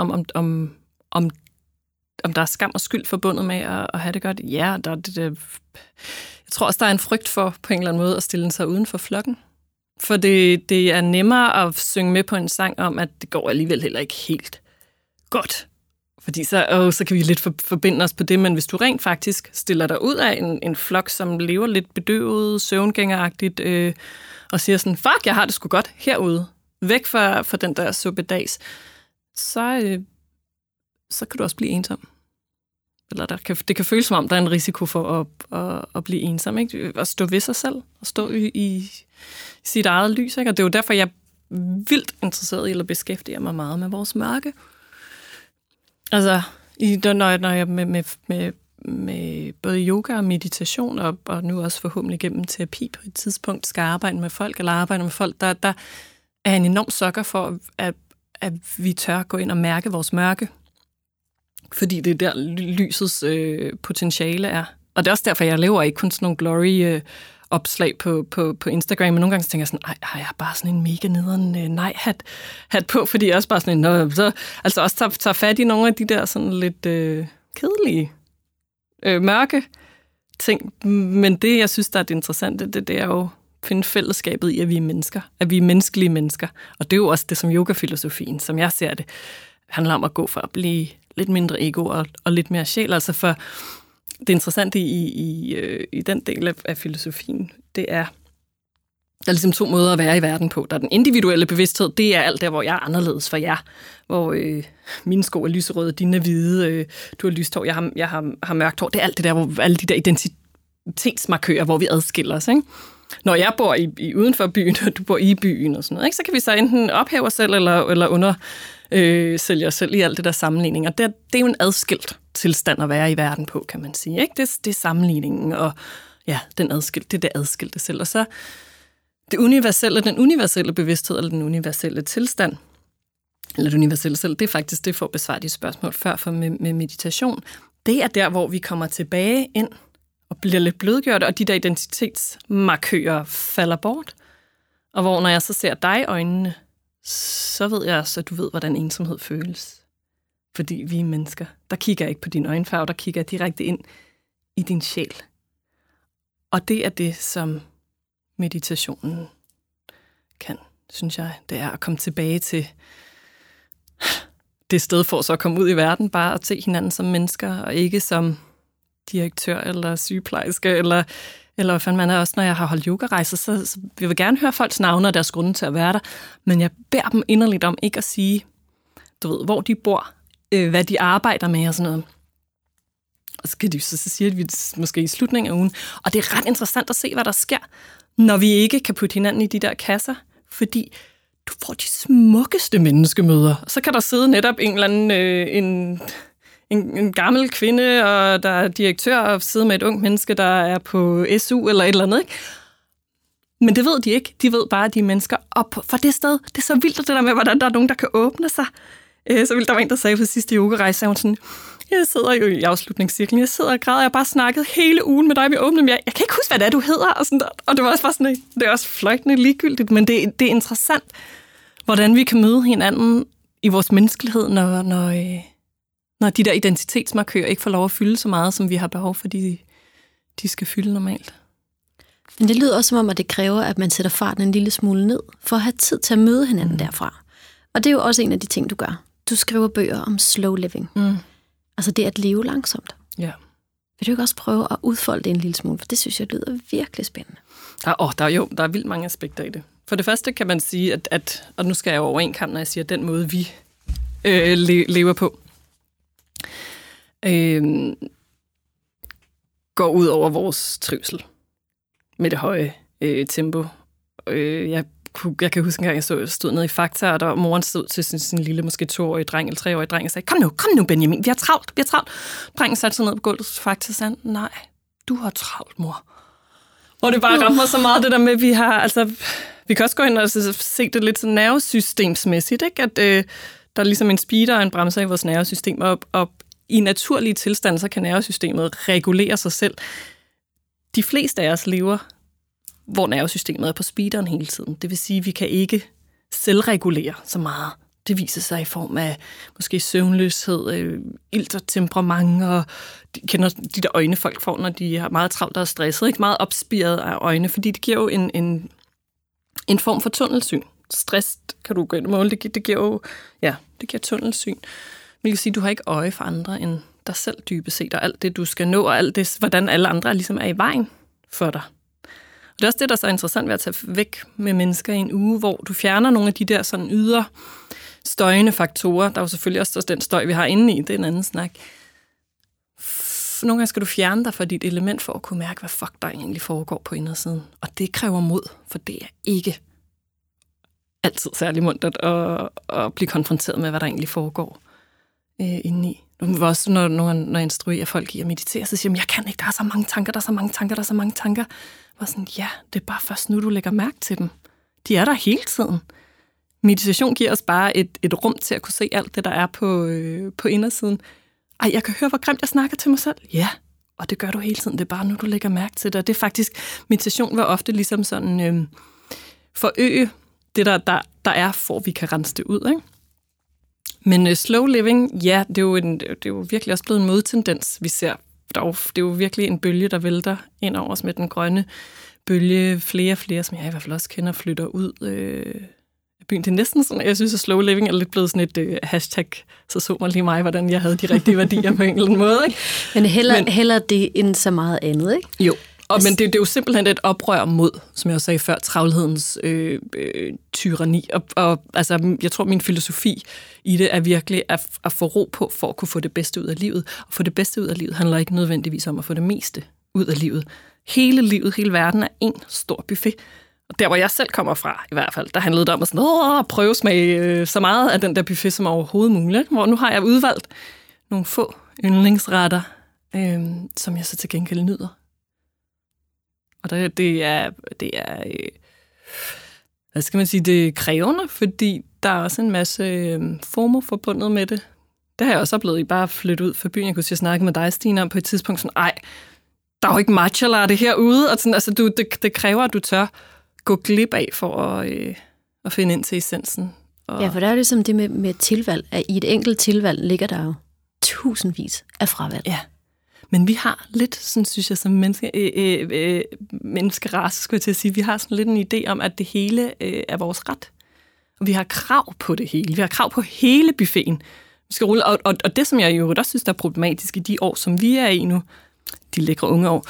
om der er skam og skyld forbundet med at have det godt, ja, jeg tror også, der er en frygt for på en eller anden måde at stille sig uden for flokken. For det er nemmere at synge med på en sang om, at det går alligevel heller ikke helt godt. Fordi så kan vi lidt forbinde os på det, men hvis du rent faktisk stiller dig ud af en flok, som lever lidt bedøvet, søvngængeragtigt, og siger sådan, fuck, jeg har det sgu godt herude, væk fra den der suppedags, så kan du også blive ensom. Eller det kan føles som om, der er en risiko for at blive ensom, ikke? At stå ved sig selv, og stå i sit eget lys, ikke? Og det er jo derfor, jeg er vildt interesseret i, eller beskæftiger mig meget med vores mørke. Altså, når jeg med både yoga og meditation, og nu også forhåbentlig gennem terapi på et tidspunkt, skal arbejde med folk, eller arbejde med folk, der er en enorm sukker for, at vi tør gå ind og mærke vores mørke. Fordi det er der lysets potentiale er. Og det er også derfor, jeg lever ikke kun sådan nogle glory-opslag på Instagram, men nogle gange så tænker jeg sådan, har jeg bare sådan en mega nederen nej-hat på, fordi jeg også bare sådan altså også tager fat i nogle af de der sådan lidt kedelige, mørke ting. Men det, jeg synes, der er det interessante, det er jo at finde fællesskabet i, at vi er mennesker, at vi er menneskelige mennesker. Og det er jo også det, som yogafilosofien, som jeg ser det, handler om at gå fra at blive lidt mindre ego og lidt mere sjæl. Altså for det interessante i den del af filosofien, det er, der er ligesom 2 måder at være i verden på. Der er den individuelle bevidsthed, det er alt der, hvor jeg er anderledes for jer. Hvor mine sko er lyserøde, dine er hvide, du har lyst hår, jeg har mørkt hår. Det er alt det der, hvor alle de der identitetsmarkører, hvor vi adskiller os, ikke? Når jeg bor i uden for byen, og du bor i byen og sådan noget, ikke? Så kan vi så enten ophæve os selv, eller sælge os selv i alt det der sammenligning. Og det er jo en adskilt tilstand at være i verden på, kan man sige, ikke? Det er sammenligningen, og ja, det er det adskilte selv. Og så den universelle bevidsthed, eller den universelle tilstand, eller det universelle selv, det er faktisk det for at besvare de spørgsmål før for med meditation. Det er der, hvor vi kommer tilbage ind og bliver lidt blødgjorte, og de der identitetsmarkører falder bort. Og hvor når jeg så ser dig i øjnene, så ved jeg også, at du ved, hvordan ensomhed føles. Fordi vi er mennesker. Der kigger jeg ikke på din øjenfarve, der kigger jeg direkte ind i din sjæl. Og det er det, som meditationen kan, synes jeg. Det er at komme tilbage til det sted for så at komme ud i verden, bare at se hinanden som mennesker, og ikke som direktør eller sygeplejerske, eller hvad fanden man er. Også når jeg har holdt yogarejser, så jeg vil gerne høre folks navne og deres grunde til at være der, men jeg beder dem inderligt om ikke at sige, du ved, hvor de bor, hvad de arbejder med og sådan noget. Og så siger de måske i slutningen af ugen. Og det er ret interessant at se, hvad der sker, når vi ikke kan putte hinanden i de der kasser, fordi du får de smukkeste menneskemøder. Så kan der sidde netop en eller anden en gammel kvinde, og der er direktør, og sidde med et ung menneske, der er på SU eller et eller andet, ikke? Men det ved de ikke. De ved bare, at de er mennesker op for det sted. Det er så vildt, det der med, hvordan der er nogen, der kan åbne sig. Så vildt, der var en, der sagde på sidste yogarejse, så hun sådan, jeg sidder jo i afslutningscirklen, jeg sidder og græder, jeg har bare snakket hele ugen med dig, vi åbner, men jeg kan ikke huske, hvad det er, du hedder, og sådan der. Og det var også bare sådan, det er også fløjtende ligegyldigt, men det er interessant, hvordan vi kan møde hinanden i vores menneskelighed, når de der identitetsmarkører ikke får lov at fylde så meget, som vi har behov for, de skal fylde normalt. Men det lyder også som om, at det kræver, at man sætter farten en lille smule ned, for at have tid til at møde hinanden derfra. Og det er jo også en af de ting, du gør. Du skriver bøger om slow living. Altså det at leve langsomt. Ja. Vil du ikke også prøve at udfolde det en lille smule? For det synes jeg lyder virkelig spændende. Der er vildt mange aspekter i det. For det første kan man sige, at og nu skal jeg over en kamp, når jeg siger, at den måde, vi lever på, går ud over vores trivsel med det høje tempo. Jeg kan huske en gang, jeg stod nede i Fakta, og der moren stod til sin lille, måske 2-årige dreng eller 3-årige dreng og sagde, kom nu Benjamin, vi har travlt. Drengen satte sig ned på gulvet og Fakta og sagde, nej, du har travlt, mor. Og det bare rammer så meget det der med, at vi har, altså, vi kan også gå ind og se det lidt sådan nervesystemsmæssigt, ikke? At der er ligesom en speeder og en bremser i vores nervesystem, og i naturlige tilstande, så kan nervesystemet regulere sig selv. De fleste af os lever, hvor nervesystemet er på speederen hele tiden. Det vil sige, at vi kan ikke selvregulere så meget. Det viser sig i form af måske søvnløshed, ilt og temperament, og kender de der øjne, folk får, når de har meget travlt og stresset, ikke meget opspiret af øjne, fordi det giver jo en form for tunnelsyn. Stress kan du gå ind og måle, det giver jo, ja, det giver tunnelsyn. Det vil sige, at du har ikke øje for andre end dig selv dybest set, og alt det, du skal nå, og alt det, hvordan alle andre ligesom er i vejen for dig. Og det er også det, der er så interessant ved at tage væk med mennesker i en uge, hvor du fjerner nogle af de der sådan ydre støjende faktorer. Der er jo selvfølgelig også den støj, vi har inde i, det er en anden snak. Nogle gange skal du fjerne dig fra dit element for at kunne mærke, hvad fuck der egentlig foregår på indersiden. Og det kræver mod, for det er ikke altid særlig muntert at blive konfronteret med, hvad der egentlig foregår indeni. Nu var også, når jeg instruerer folk i at meditere, så siger jeg, jeg kan ikke, der er så mange tanker. Og sådan, ja, det er bare først nu, du lægger mærke til dem. De er der hele tiden. Meditation giver os bare et rum til at kunne se alt det, der er på indersiden. Ej, jeg kan høre, hvor grimt jeg snakker til mig selv. Ja, og det gør du hele tiden. Det er bare nu, du lægger mærke til det. Og det er faktisk, meditation var ofte ligesom sådan forøge det, der er, for vi kan rense det ud, ikke? Men slow living, ja, det er jo virkelig også blevet en modtendens, vi ser. Det er jo virkelig en bølge, der vælter ind over os med den grønne bølge. Flere, som jeg i hvert fald også kender, flytter ud byen. Det er næsten sådan, jeg synes, at slow living er lidt blevet sådan et hashtag, så man lige mig, hvordan jeg havde de rigtige værdier på en eller anden måde. Ikke? Men hellere det end så meget andet, ikke? Jo, men det er jo simpelthen et oprør mod, som jeg også sagde før, travlhedens tyranni. Og altså, jeg tror, min filosofi i det er virkelig at få ro på, for at kunne få det bedste ud af livet. Og få det bedste ud af livet handler ikke nødvendigvis om at få det meste ud af livet. Hele livet, hele verden er en stor buffet. Og der, hvor jeg selv kommer fra, i hvert fald, der handlede det om at prøve smage så meget af den der buffet som overhovedet muligt. Hvor nu har jeg udvalgt nogle få yndlingsretter, som jeg så til gengæld nyder. Og det er hvad skal man sige, det er krævende, fordi der er også en masse FOMO forbundet med det. Det har jeg også oplevet, I bare flytte ud fra byen. Jeg kunne sige, snakke med dig, Stine, om på et tidspunkt sådan, der er jo ikke matcha latte herude. Og sådan, altså, det kræver, at du tør gå glip af for at finde ind til essensen. Ja, for der er ligesom det med tilvalg. At i et enkelt tilvalg ligger der jo tusindvis af fravalg. Ja, men vi har lidt, sådan synes jeg, som menneskerace, skulle jeg til at sige, vi har sådan lidt en idé om, at det hele er vores ret. Og vi har krav på det hele. Vi har krav på hele buffeten. Vi skal rulle. Og det, som jeg jo også synes, der er problematisk i de år, som vi er i nu, de lækre unge år,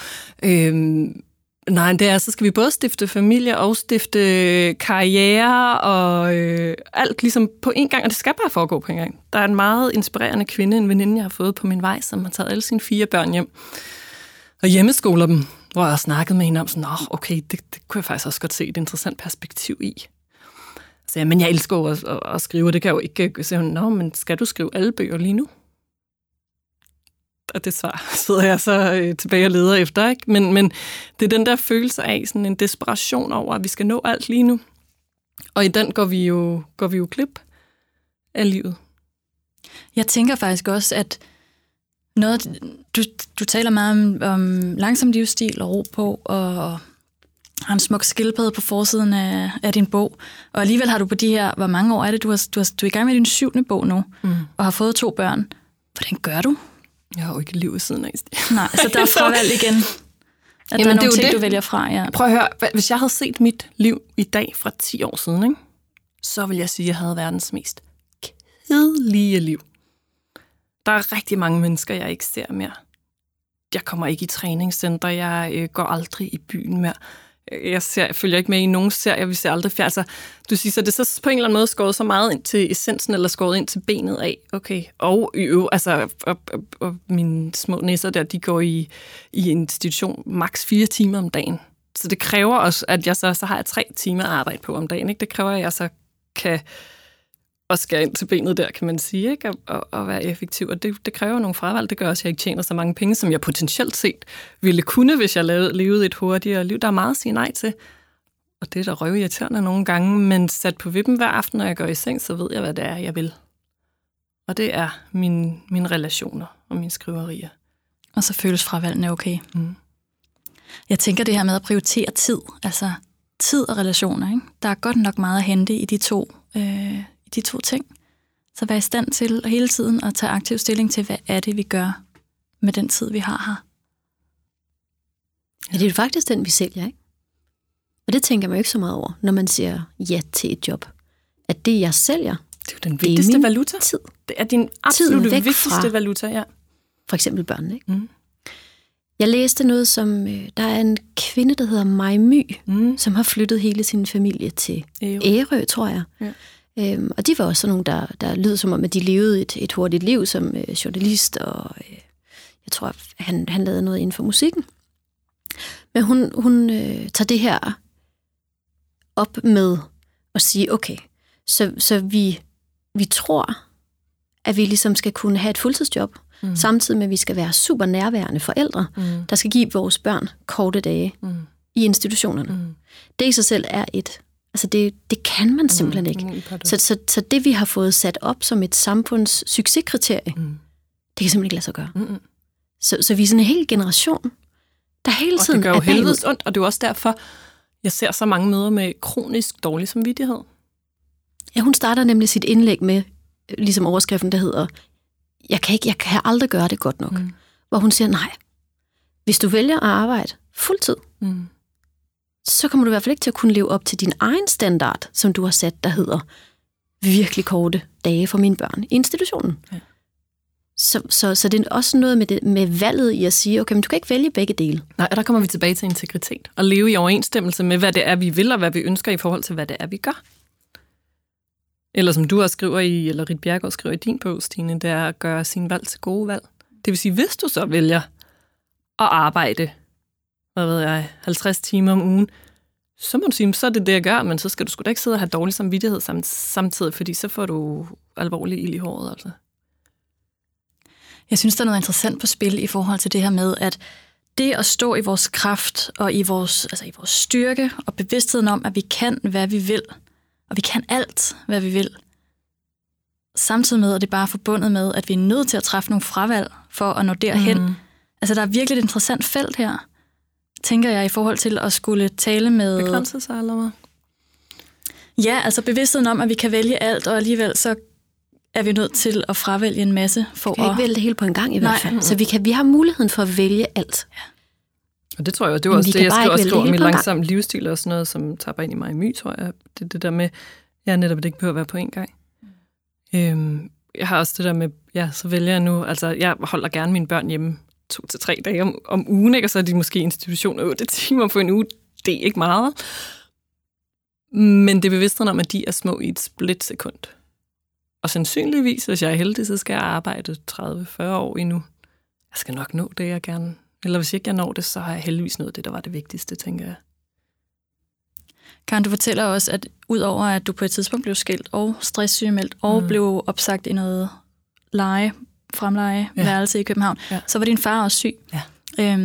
det er, så skal vi både stifte familie og stifte karriere og alt ligesom på en gang, og det skal bare foregå på en gang. Der er en meget inspirerende kvinde, en veninde, jeg har fået på min vej, som har taget alle sine 4 børn hjem og hjemmeskoler dem, hvor jeg har snakket med hende om sådan, okay, det kunne jeg faktisk også godt se et interessant perspektiv i. Så men jeg elsker jo at skrive, det kan jeg jo ikke. Så hun, men skal du skrive alle bøger lige nu? Og det svar sidder jeg så tilbage og leder efter, ikke? Men det er den der følelse af sådan en desperation over, at vi skal nå alt lige nu. Og i den går vi jo glip af livet. Jeg tænker faktisk også, at noget, du taler meget om langsom livsstil og ro på, og har en smuk skildpadde på forsiden af din bog. Og alligevel har du på de her, hvor mange år er det, du er i gang med din 7. bog nu, og har fået 2 børn. Hvordan gør du? Jeg har jo ikke liv ved siden af. Nej, så der er fravalg igen. At der er nogle ting, du vælger fra, ja. Prøv at høre, hvis jeg havde set mit liv i dag fra 10 år siden, ikke? Så vil jeg sige, at jeg havde verdens mest kedelige liv. Der er rigtig mange mennesker, jeg ikke ser mere. Jeg kommer ikke i træningscenter, jeg går aldrig i byen mere. Jeg følger ikke med i nogen serie, vi ser aldrig fjern. Altså, du siger, så det er så på en eller anden måde skåret så meget ind til essensen, eller skåret ind til benet af. Okay, og og mine små næser der, de går i institution maks 4 timer om dagen. Så det kræver også, at jeg så har jeg 3 timer arbejde på om dagen. Ikke? Det kræver, at jeg så kan og skære ind til benet der, kan man sige, ikke? Og være effektiv. Og det kræver nogle fravalg. Det gør også, at jeg ikke tjener så mange penge, som jeg potentielt set ville kunne, hvis jeg levede et hurtigere liv. Der er meget at sige nej til. Og det er der røvirriterende nogle gange, men sat på vippen hver aften, når jeg går i seng, så ved jeg, hvad det er, jeg vil. Og det er mine relationer og mine skriverier. Og så føles fravalgene okay. Mm. Jeg tænker det her med at prioritere tid, altså tid og relationer, ikke? Der er godt nok meget at hente i de to ting. Så vær i stand til hele tiden at tage aktiv stilling til, hvad er det, vi gør med den tid, vi har her. Ja, det er jo faktisk den, vi sælger, ikke? Og det tænker man jo ikke så meget over, når man siger ja til et job. At det, jeg sælger, det er jo den vigtigste valuta. Tid. Det er din absolut vigtigste valuta, ja. For eksempel børnene, ikke? Mm. Jeg læste noget som, der er en kvinde, der hedder Mai My, som har flyttet hele sin familie til Ærø, tror jeg. Ja. Og de var også sådan nogle, der lød som om, at de levede et hurtigt liv som journalist, og jeg tror, han lavede noget inden for musikken. Men hun tager det her op med at sige, okay, så vi tror, at vi ligesom skal kunne have et fuldtidsjob, samtidig med, at vi skal være super nærværende forældre, der skal give vores børn korte dage i institutionerne. Det i sig selv er altså det kan man simpelthen ikke. Så det, vi har fået sat op som et samfunds succeskriterie, det kan simpelthen ikke lade sig gøre. Så vi er sådan en hel generation, der hele tiden er bagud. Og det gør jo helvedes ondt, og det er også derfor, jeg ser så mange møder med kronisk dårlig samvittighed. Ja, hun starter nemlig sit indlæg med, ligesom overskriften, der hedder, jeg kan aldrig gøre det godt nok. Hvor hun siger, nej, hvis du vælger at arbejde fuldtid, så kommer du i hvert fald ikke til at kunne leve op til din egen standard, som du har sat, der hedder virkelig korte dage for mine børn i institutionen. Ja. Så det er også noget med valget i at sige, okay, men du kan ikke vælge begge dele. Nej, og der kommer vi tilbage til integritet. Og leve i overensstemmelse med, hvad det er, vi vil, og hvad vi ønsker i forhold til, hvad det er, vi gør. Eller som du også skriver i, eller Ritt Bjerregaard skriver i din bog, Stine, det er at gøre sin valg til gode valg. Det vil sige, hvis du så vælger at arbejde, 50 timer om ugen, så må du sige, så er det det, jeg gør, men så skal du sgu da ikke sidde og have dårlig samvittighed samtidig, fordi så får du alvorlig ild i håret, altså. Jeg synes, der er noget interessant på spil i forhold til det her med, at det at stå i vores kraft og i vores styrke og bevidstheden om, at vi kan, hvad vi vil, og vi kan alt, hvad vi vil, samtidig med, at det bare er forbundet med, at vi er nødt til at træffe nogle fravalg for at nå derhen. Altså, der er virkelig et interessant felt her, tænker jeg, i forhold til at skulle tale med... Begrænse sig, eller hvad? Ja, altså bevidstheden om, at vi kan vælge alt, og alligevel så er vi nødt til at fravælge en masse for at... Vi kan ikke vælge det hele på en gang i hvert fald. Så vi har muligheden for at vælge alt. Ja. Og det tror jeg, det var også det, jeg skriver med langsom livsstil og sådan noget, som tapper ind i mig i my, tror jeg. Det der med, jeg netop det ikke behøver at være på en gang. Jeg har også det der med, så vælger jeg nu, altså jeg holder gerne mine børn hjemme 2 til 3 dage om ugen, ikke? Og så er de måske i institution 8 timer på en uge. Det er ikke meget. Men det er bevidstheden om, at de er små i et splitsekund. Og sandsynligvis, hvis jeg er heldig, så skal jeg arbejde 30-40 år endnu. Jeg skal nok nå det, jeg gerne... Eller hvis ikke jeg når det, så har jeg heldigvis nået det, der var det vigtigste, tænker jeg. Karen, du fortæller også, at udover at du på et tidspunkt blev skilt og stresssygemeldt og blev opsagt i noget fremlejeværelse i København, så var din far også syg. Ja.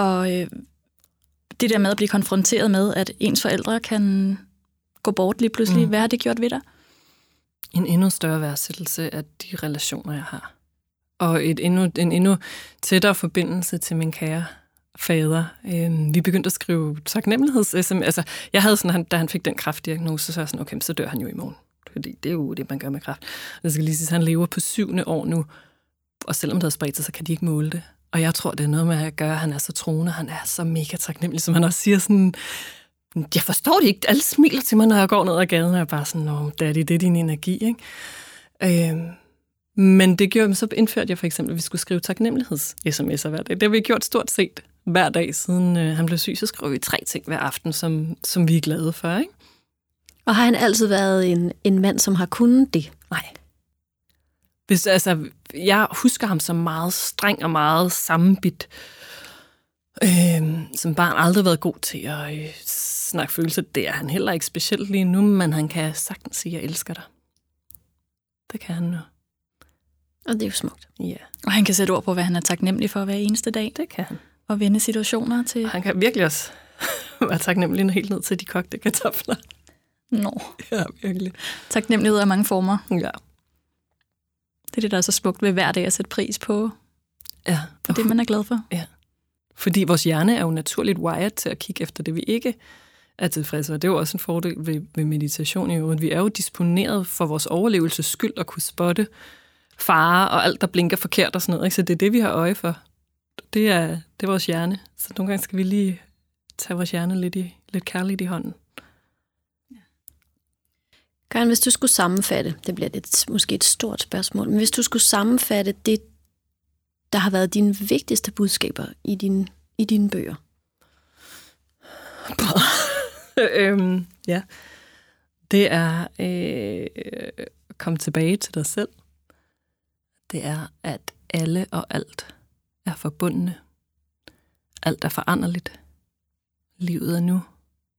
Det der med at blive konfronteret med, at ens forældre kan gå bort lige pludselig, hvad har det gjort ved dig? En endnu større værdsættelse af de relationer, jeg har. Og en endnu tættere forbindelse til min kære fader. Vi begyndte at skrive taknemmeligheds-sms. Altså, jeg havde sådan, da han fik den kræftdiagnose, så var jeg sådan, okay, så dør han jo i morgen. Fordi det er jo det, man gør med kræft. Jeg skal lige sige, at han lever på 7. år nu, og selvom det har spredt sig, så kan de ikke måle det. Og jeg tror, det er noget med at gøre, at han er så troende, han er så mega taknemmelig, som han også siger sådan, jeg forstår det ikke, alle smiler til mig, når jeg går ned ad gaden, og jeg er bare sådan, det er din energi, ikke? Men det gjorde, så indførte jeg for eksempel, at vi skulle skrive taknemmeligheds-sms'er hver dag. Det har vi gjort stort set hver dag, siden han blev syg, så skrev vi 3 ting hver aften, som vi er glade for, ikke? Og har han altid været en mand, som har kunnet det? Nej. Jeg husker ham som meget streng og meget sammenbidt. Som barn aldrig været god til at snakke følelser. Det er han heller ikke specielt lige nu, men han kan sagtens sige, jeg elsker dig. Det kan han nu. Og det er jo smukt. Ja. Og han kan sætte ord på, hvad han er taknemmelig for hver eneste dag. Det kan han. Og vende situationer til... Og han kan virkelig også være taknemmelig helt ned til de kogte kartofler. Nå. Ja, virkelig. Taknemmelighed af mange former. Ja. Det er det, der er så smukt ved hver dag at sætte pris på. Ja. Og det, man er glad for. Ja. Fordi vores hjerne er jo naturligt wired til at kigge efter det, vi ikke er tilfredse. Og det er jo også en fordel ved meditation i øvrigt. Vi er jo disponeret for vores overlevelses skyld at kunne spotte fare og alt, der blinker forkert og sådan noget. Ikke? Så det er det, vi har øje for. Det er vores hjerne. Så nogle gange skal vi lige tage vores hjerne lidt kærligt i hånden. Karen, hvis du skulle sammenfatte, det bliver måske et stort spørgsmål, men hvis du skulle sammenfatte det, der har været dine vigtigste budskaber i dine bøger? Ja. Det er at komme tilbage til dig selv. Det er, at alle og alt er forbundne. Alt er foranderligt. Livet er nu.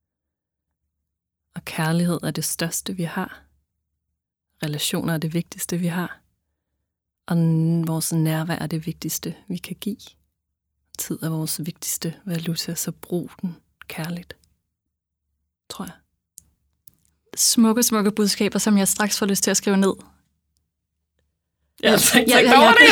Og kærlighed er det største, vi har. Relationer er det vigtigste, vi har. Og vores nærvær er det vigtigste, vi kan give. Tid er vores vigtigste valuta, så brug den kærligt. Tror jeg. Smukke, smukke budskaber, som jeg straks får lyst til at skrive ned. Jeg tror, det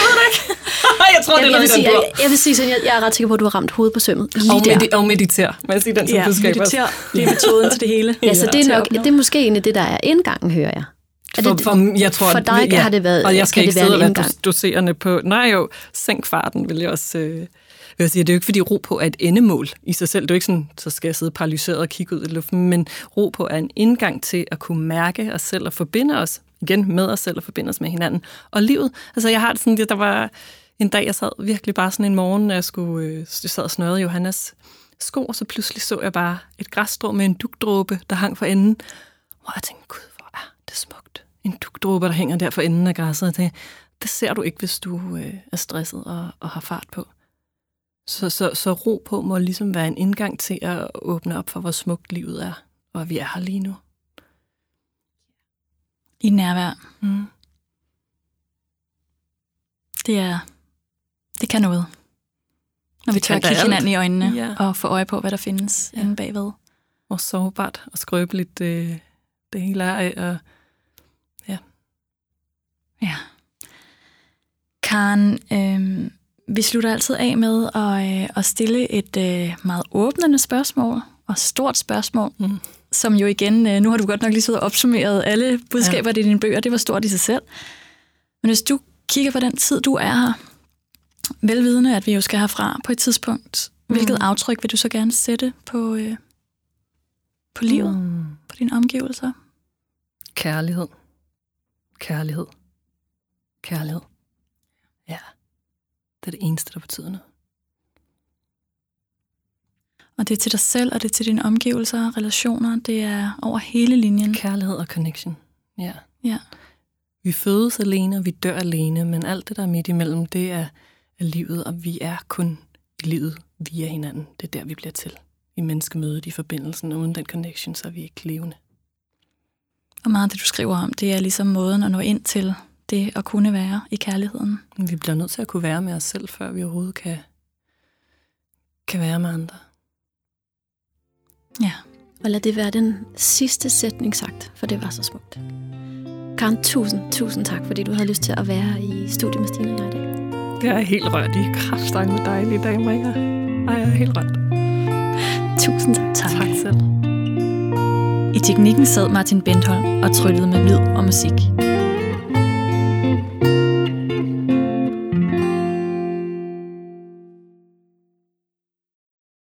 er noget, jeg vil sige sådan, jeg er ret sikker på, at du har ramt hovedet på sømmet. Og meditere. Må jeg sige den som budskaber? Meditere. Det er metoden til det hele. Ja, så det er måske egentlig det, der er indgangen, hører jeg. Jeg tror, for dig har det været, og jeg skal ikke sidde og være indgang. doserende på... Nej jo, sænk farten vil jeg også... jeg sige, det er jo ikke, fordi ro på er et endemål i sig selv. Det er jo ikke sådan, så skal jeg sidde paralyseret og kigge ud i luften, men ro på er en indgang til at kunne mærke os selv og forbinde os igen med os selv og forbinde os med hinanden. Og livet, altså jeg har det sådan, der var en dag, jeg sad virkelig bare sådan en morgen, jeg sad og snørrede Johannes sko, og så pludselig så jeg bare et græsstrå med en dugdråbe, der hang for enden. Og jeg tænkte, gud, hvor er det smukt. En dugdråbe, der hænger der for enden af græsset. Det ser du ikke, hvis du er stresset og har fart på. Så ro på må ligesom være en indgang til at åbne op for, hvor smukt livet er, og at vi er her lige nu. I nærvær. Det kan noget. Når vi tør at kigge hinanden i øjnene og få øje på, hvad der findes inde bagved. Hvor sårbart og skrøbeligt det hele er. Og ja. Karen, vi slutter altid af med at stille et meget åbnende spørgsmål, og stort spørgsmål, som jo igen, nu har du godt nok lige siddet og opsummeret alle budskaber i dine bøger, det var stort i sig selv. Men hvis du kigger på den tid, du er her, velvidende, at vi jo skal herfra på et tidspunkt, hvilket aftryk vil du så gerne sætte på livet, på dine omgivelser? Kærlighed. Kærlighed. Kærlighed. Ja. Det er det eneste, der betyder noget. Og det er til dig selv, og det er til dine omgivelser, relationer, det er over hele linjen. Kærlighed og connection. Ja. Ja. Vi fødes alene, og vi dør alene, men alt det, der er midt imellem, det er livet, og vi er kun i livet via hinanden. Det er der, vi bliver til. I menneskemødet, i forbindelsen, og uden den connection, så er vi ikke levende. Og meget af det, du skriver om, det er ligesom måden at nå ind til det at kunne være i kærligheden. Vi bliver nødt til at kunne være med os selv, før vi overhovedet kan være med andre. Ja. Og lad det være den sidste sætning sagt, for det var så smukt. Karen, tusind tak, fordi du havde lyst til at være i studiet med Stine og jeg i dag. Jeg er helt rørt i kraftstangen med dejlige dage, Maja. Jeg er helt rørt. Tusind tak. Tak selv. I teknikken sad Martin Bentholm og tryllede med lyd og musik.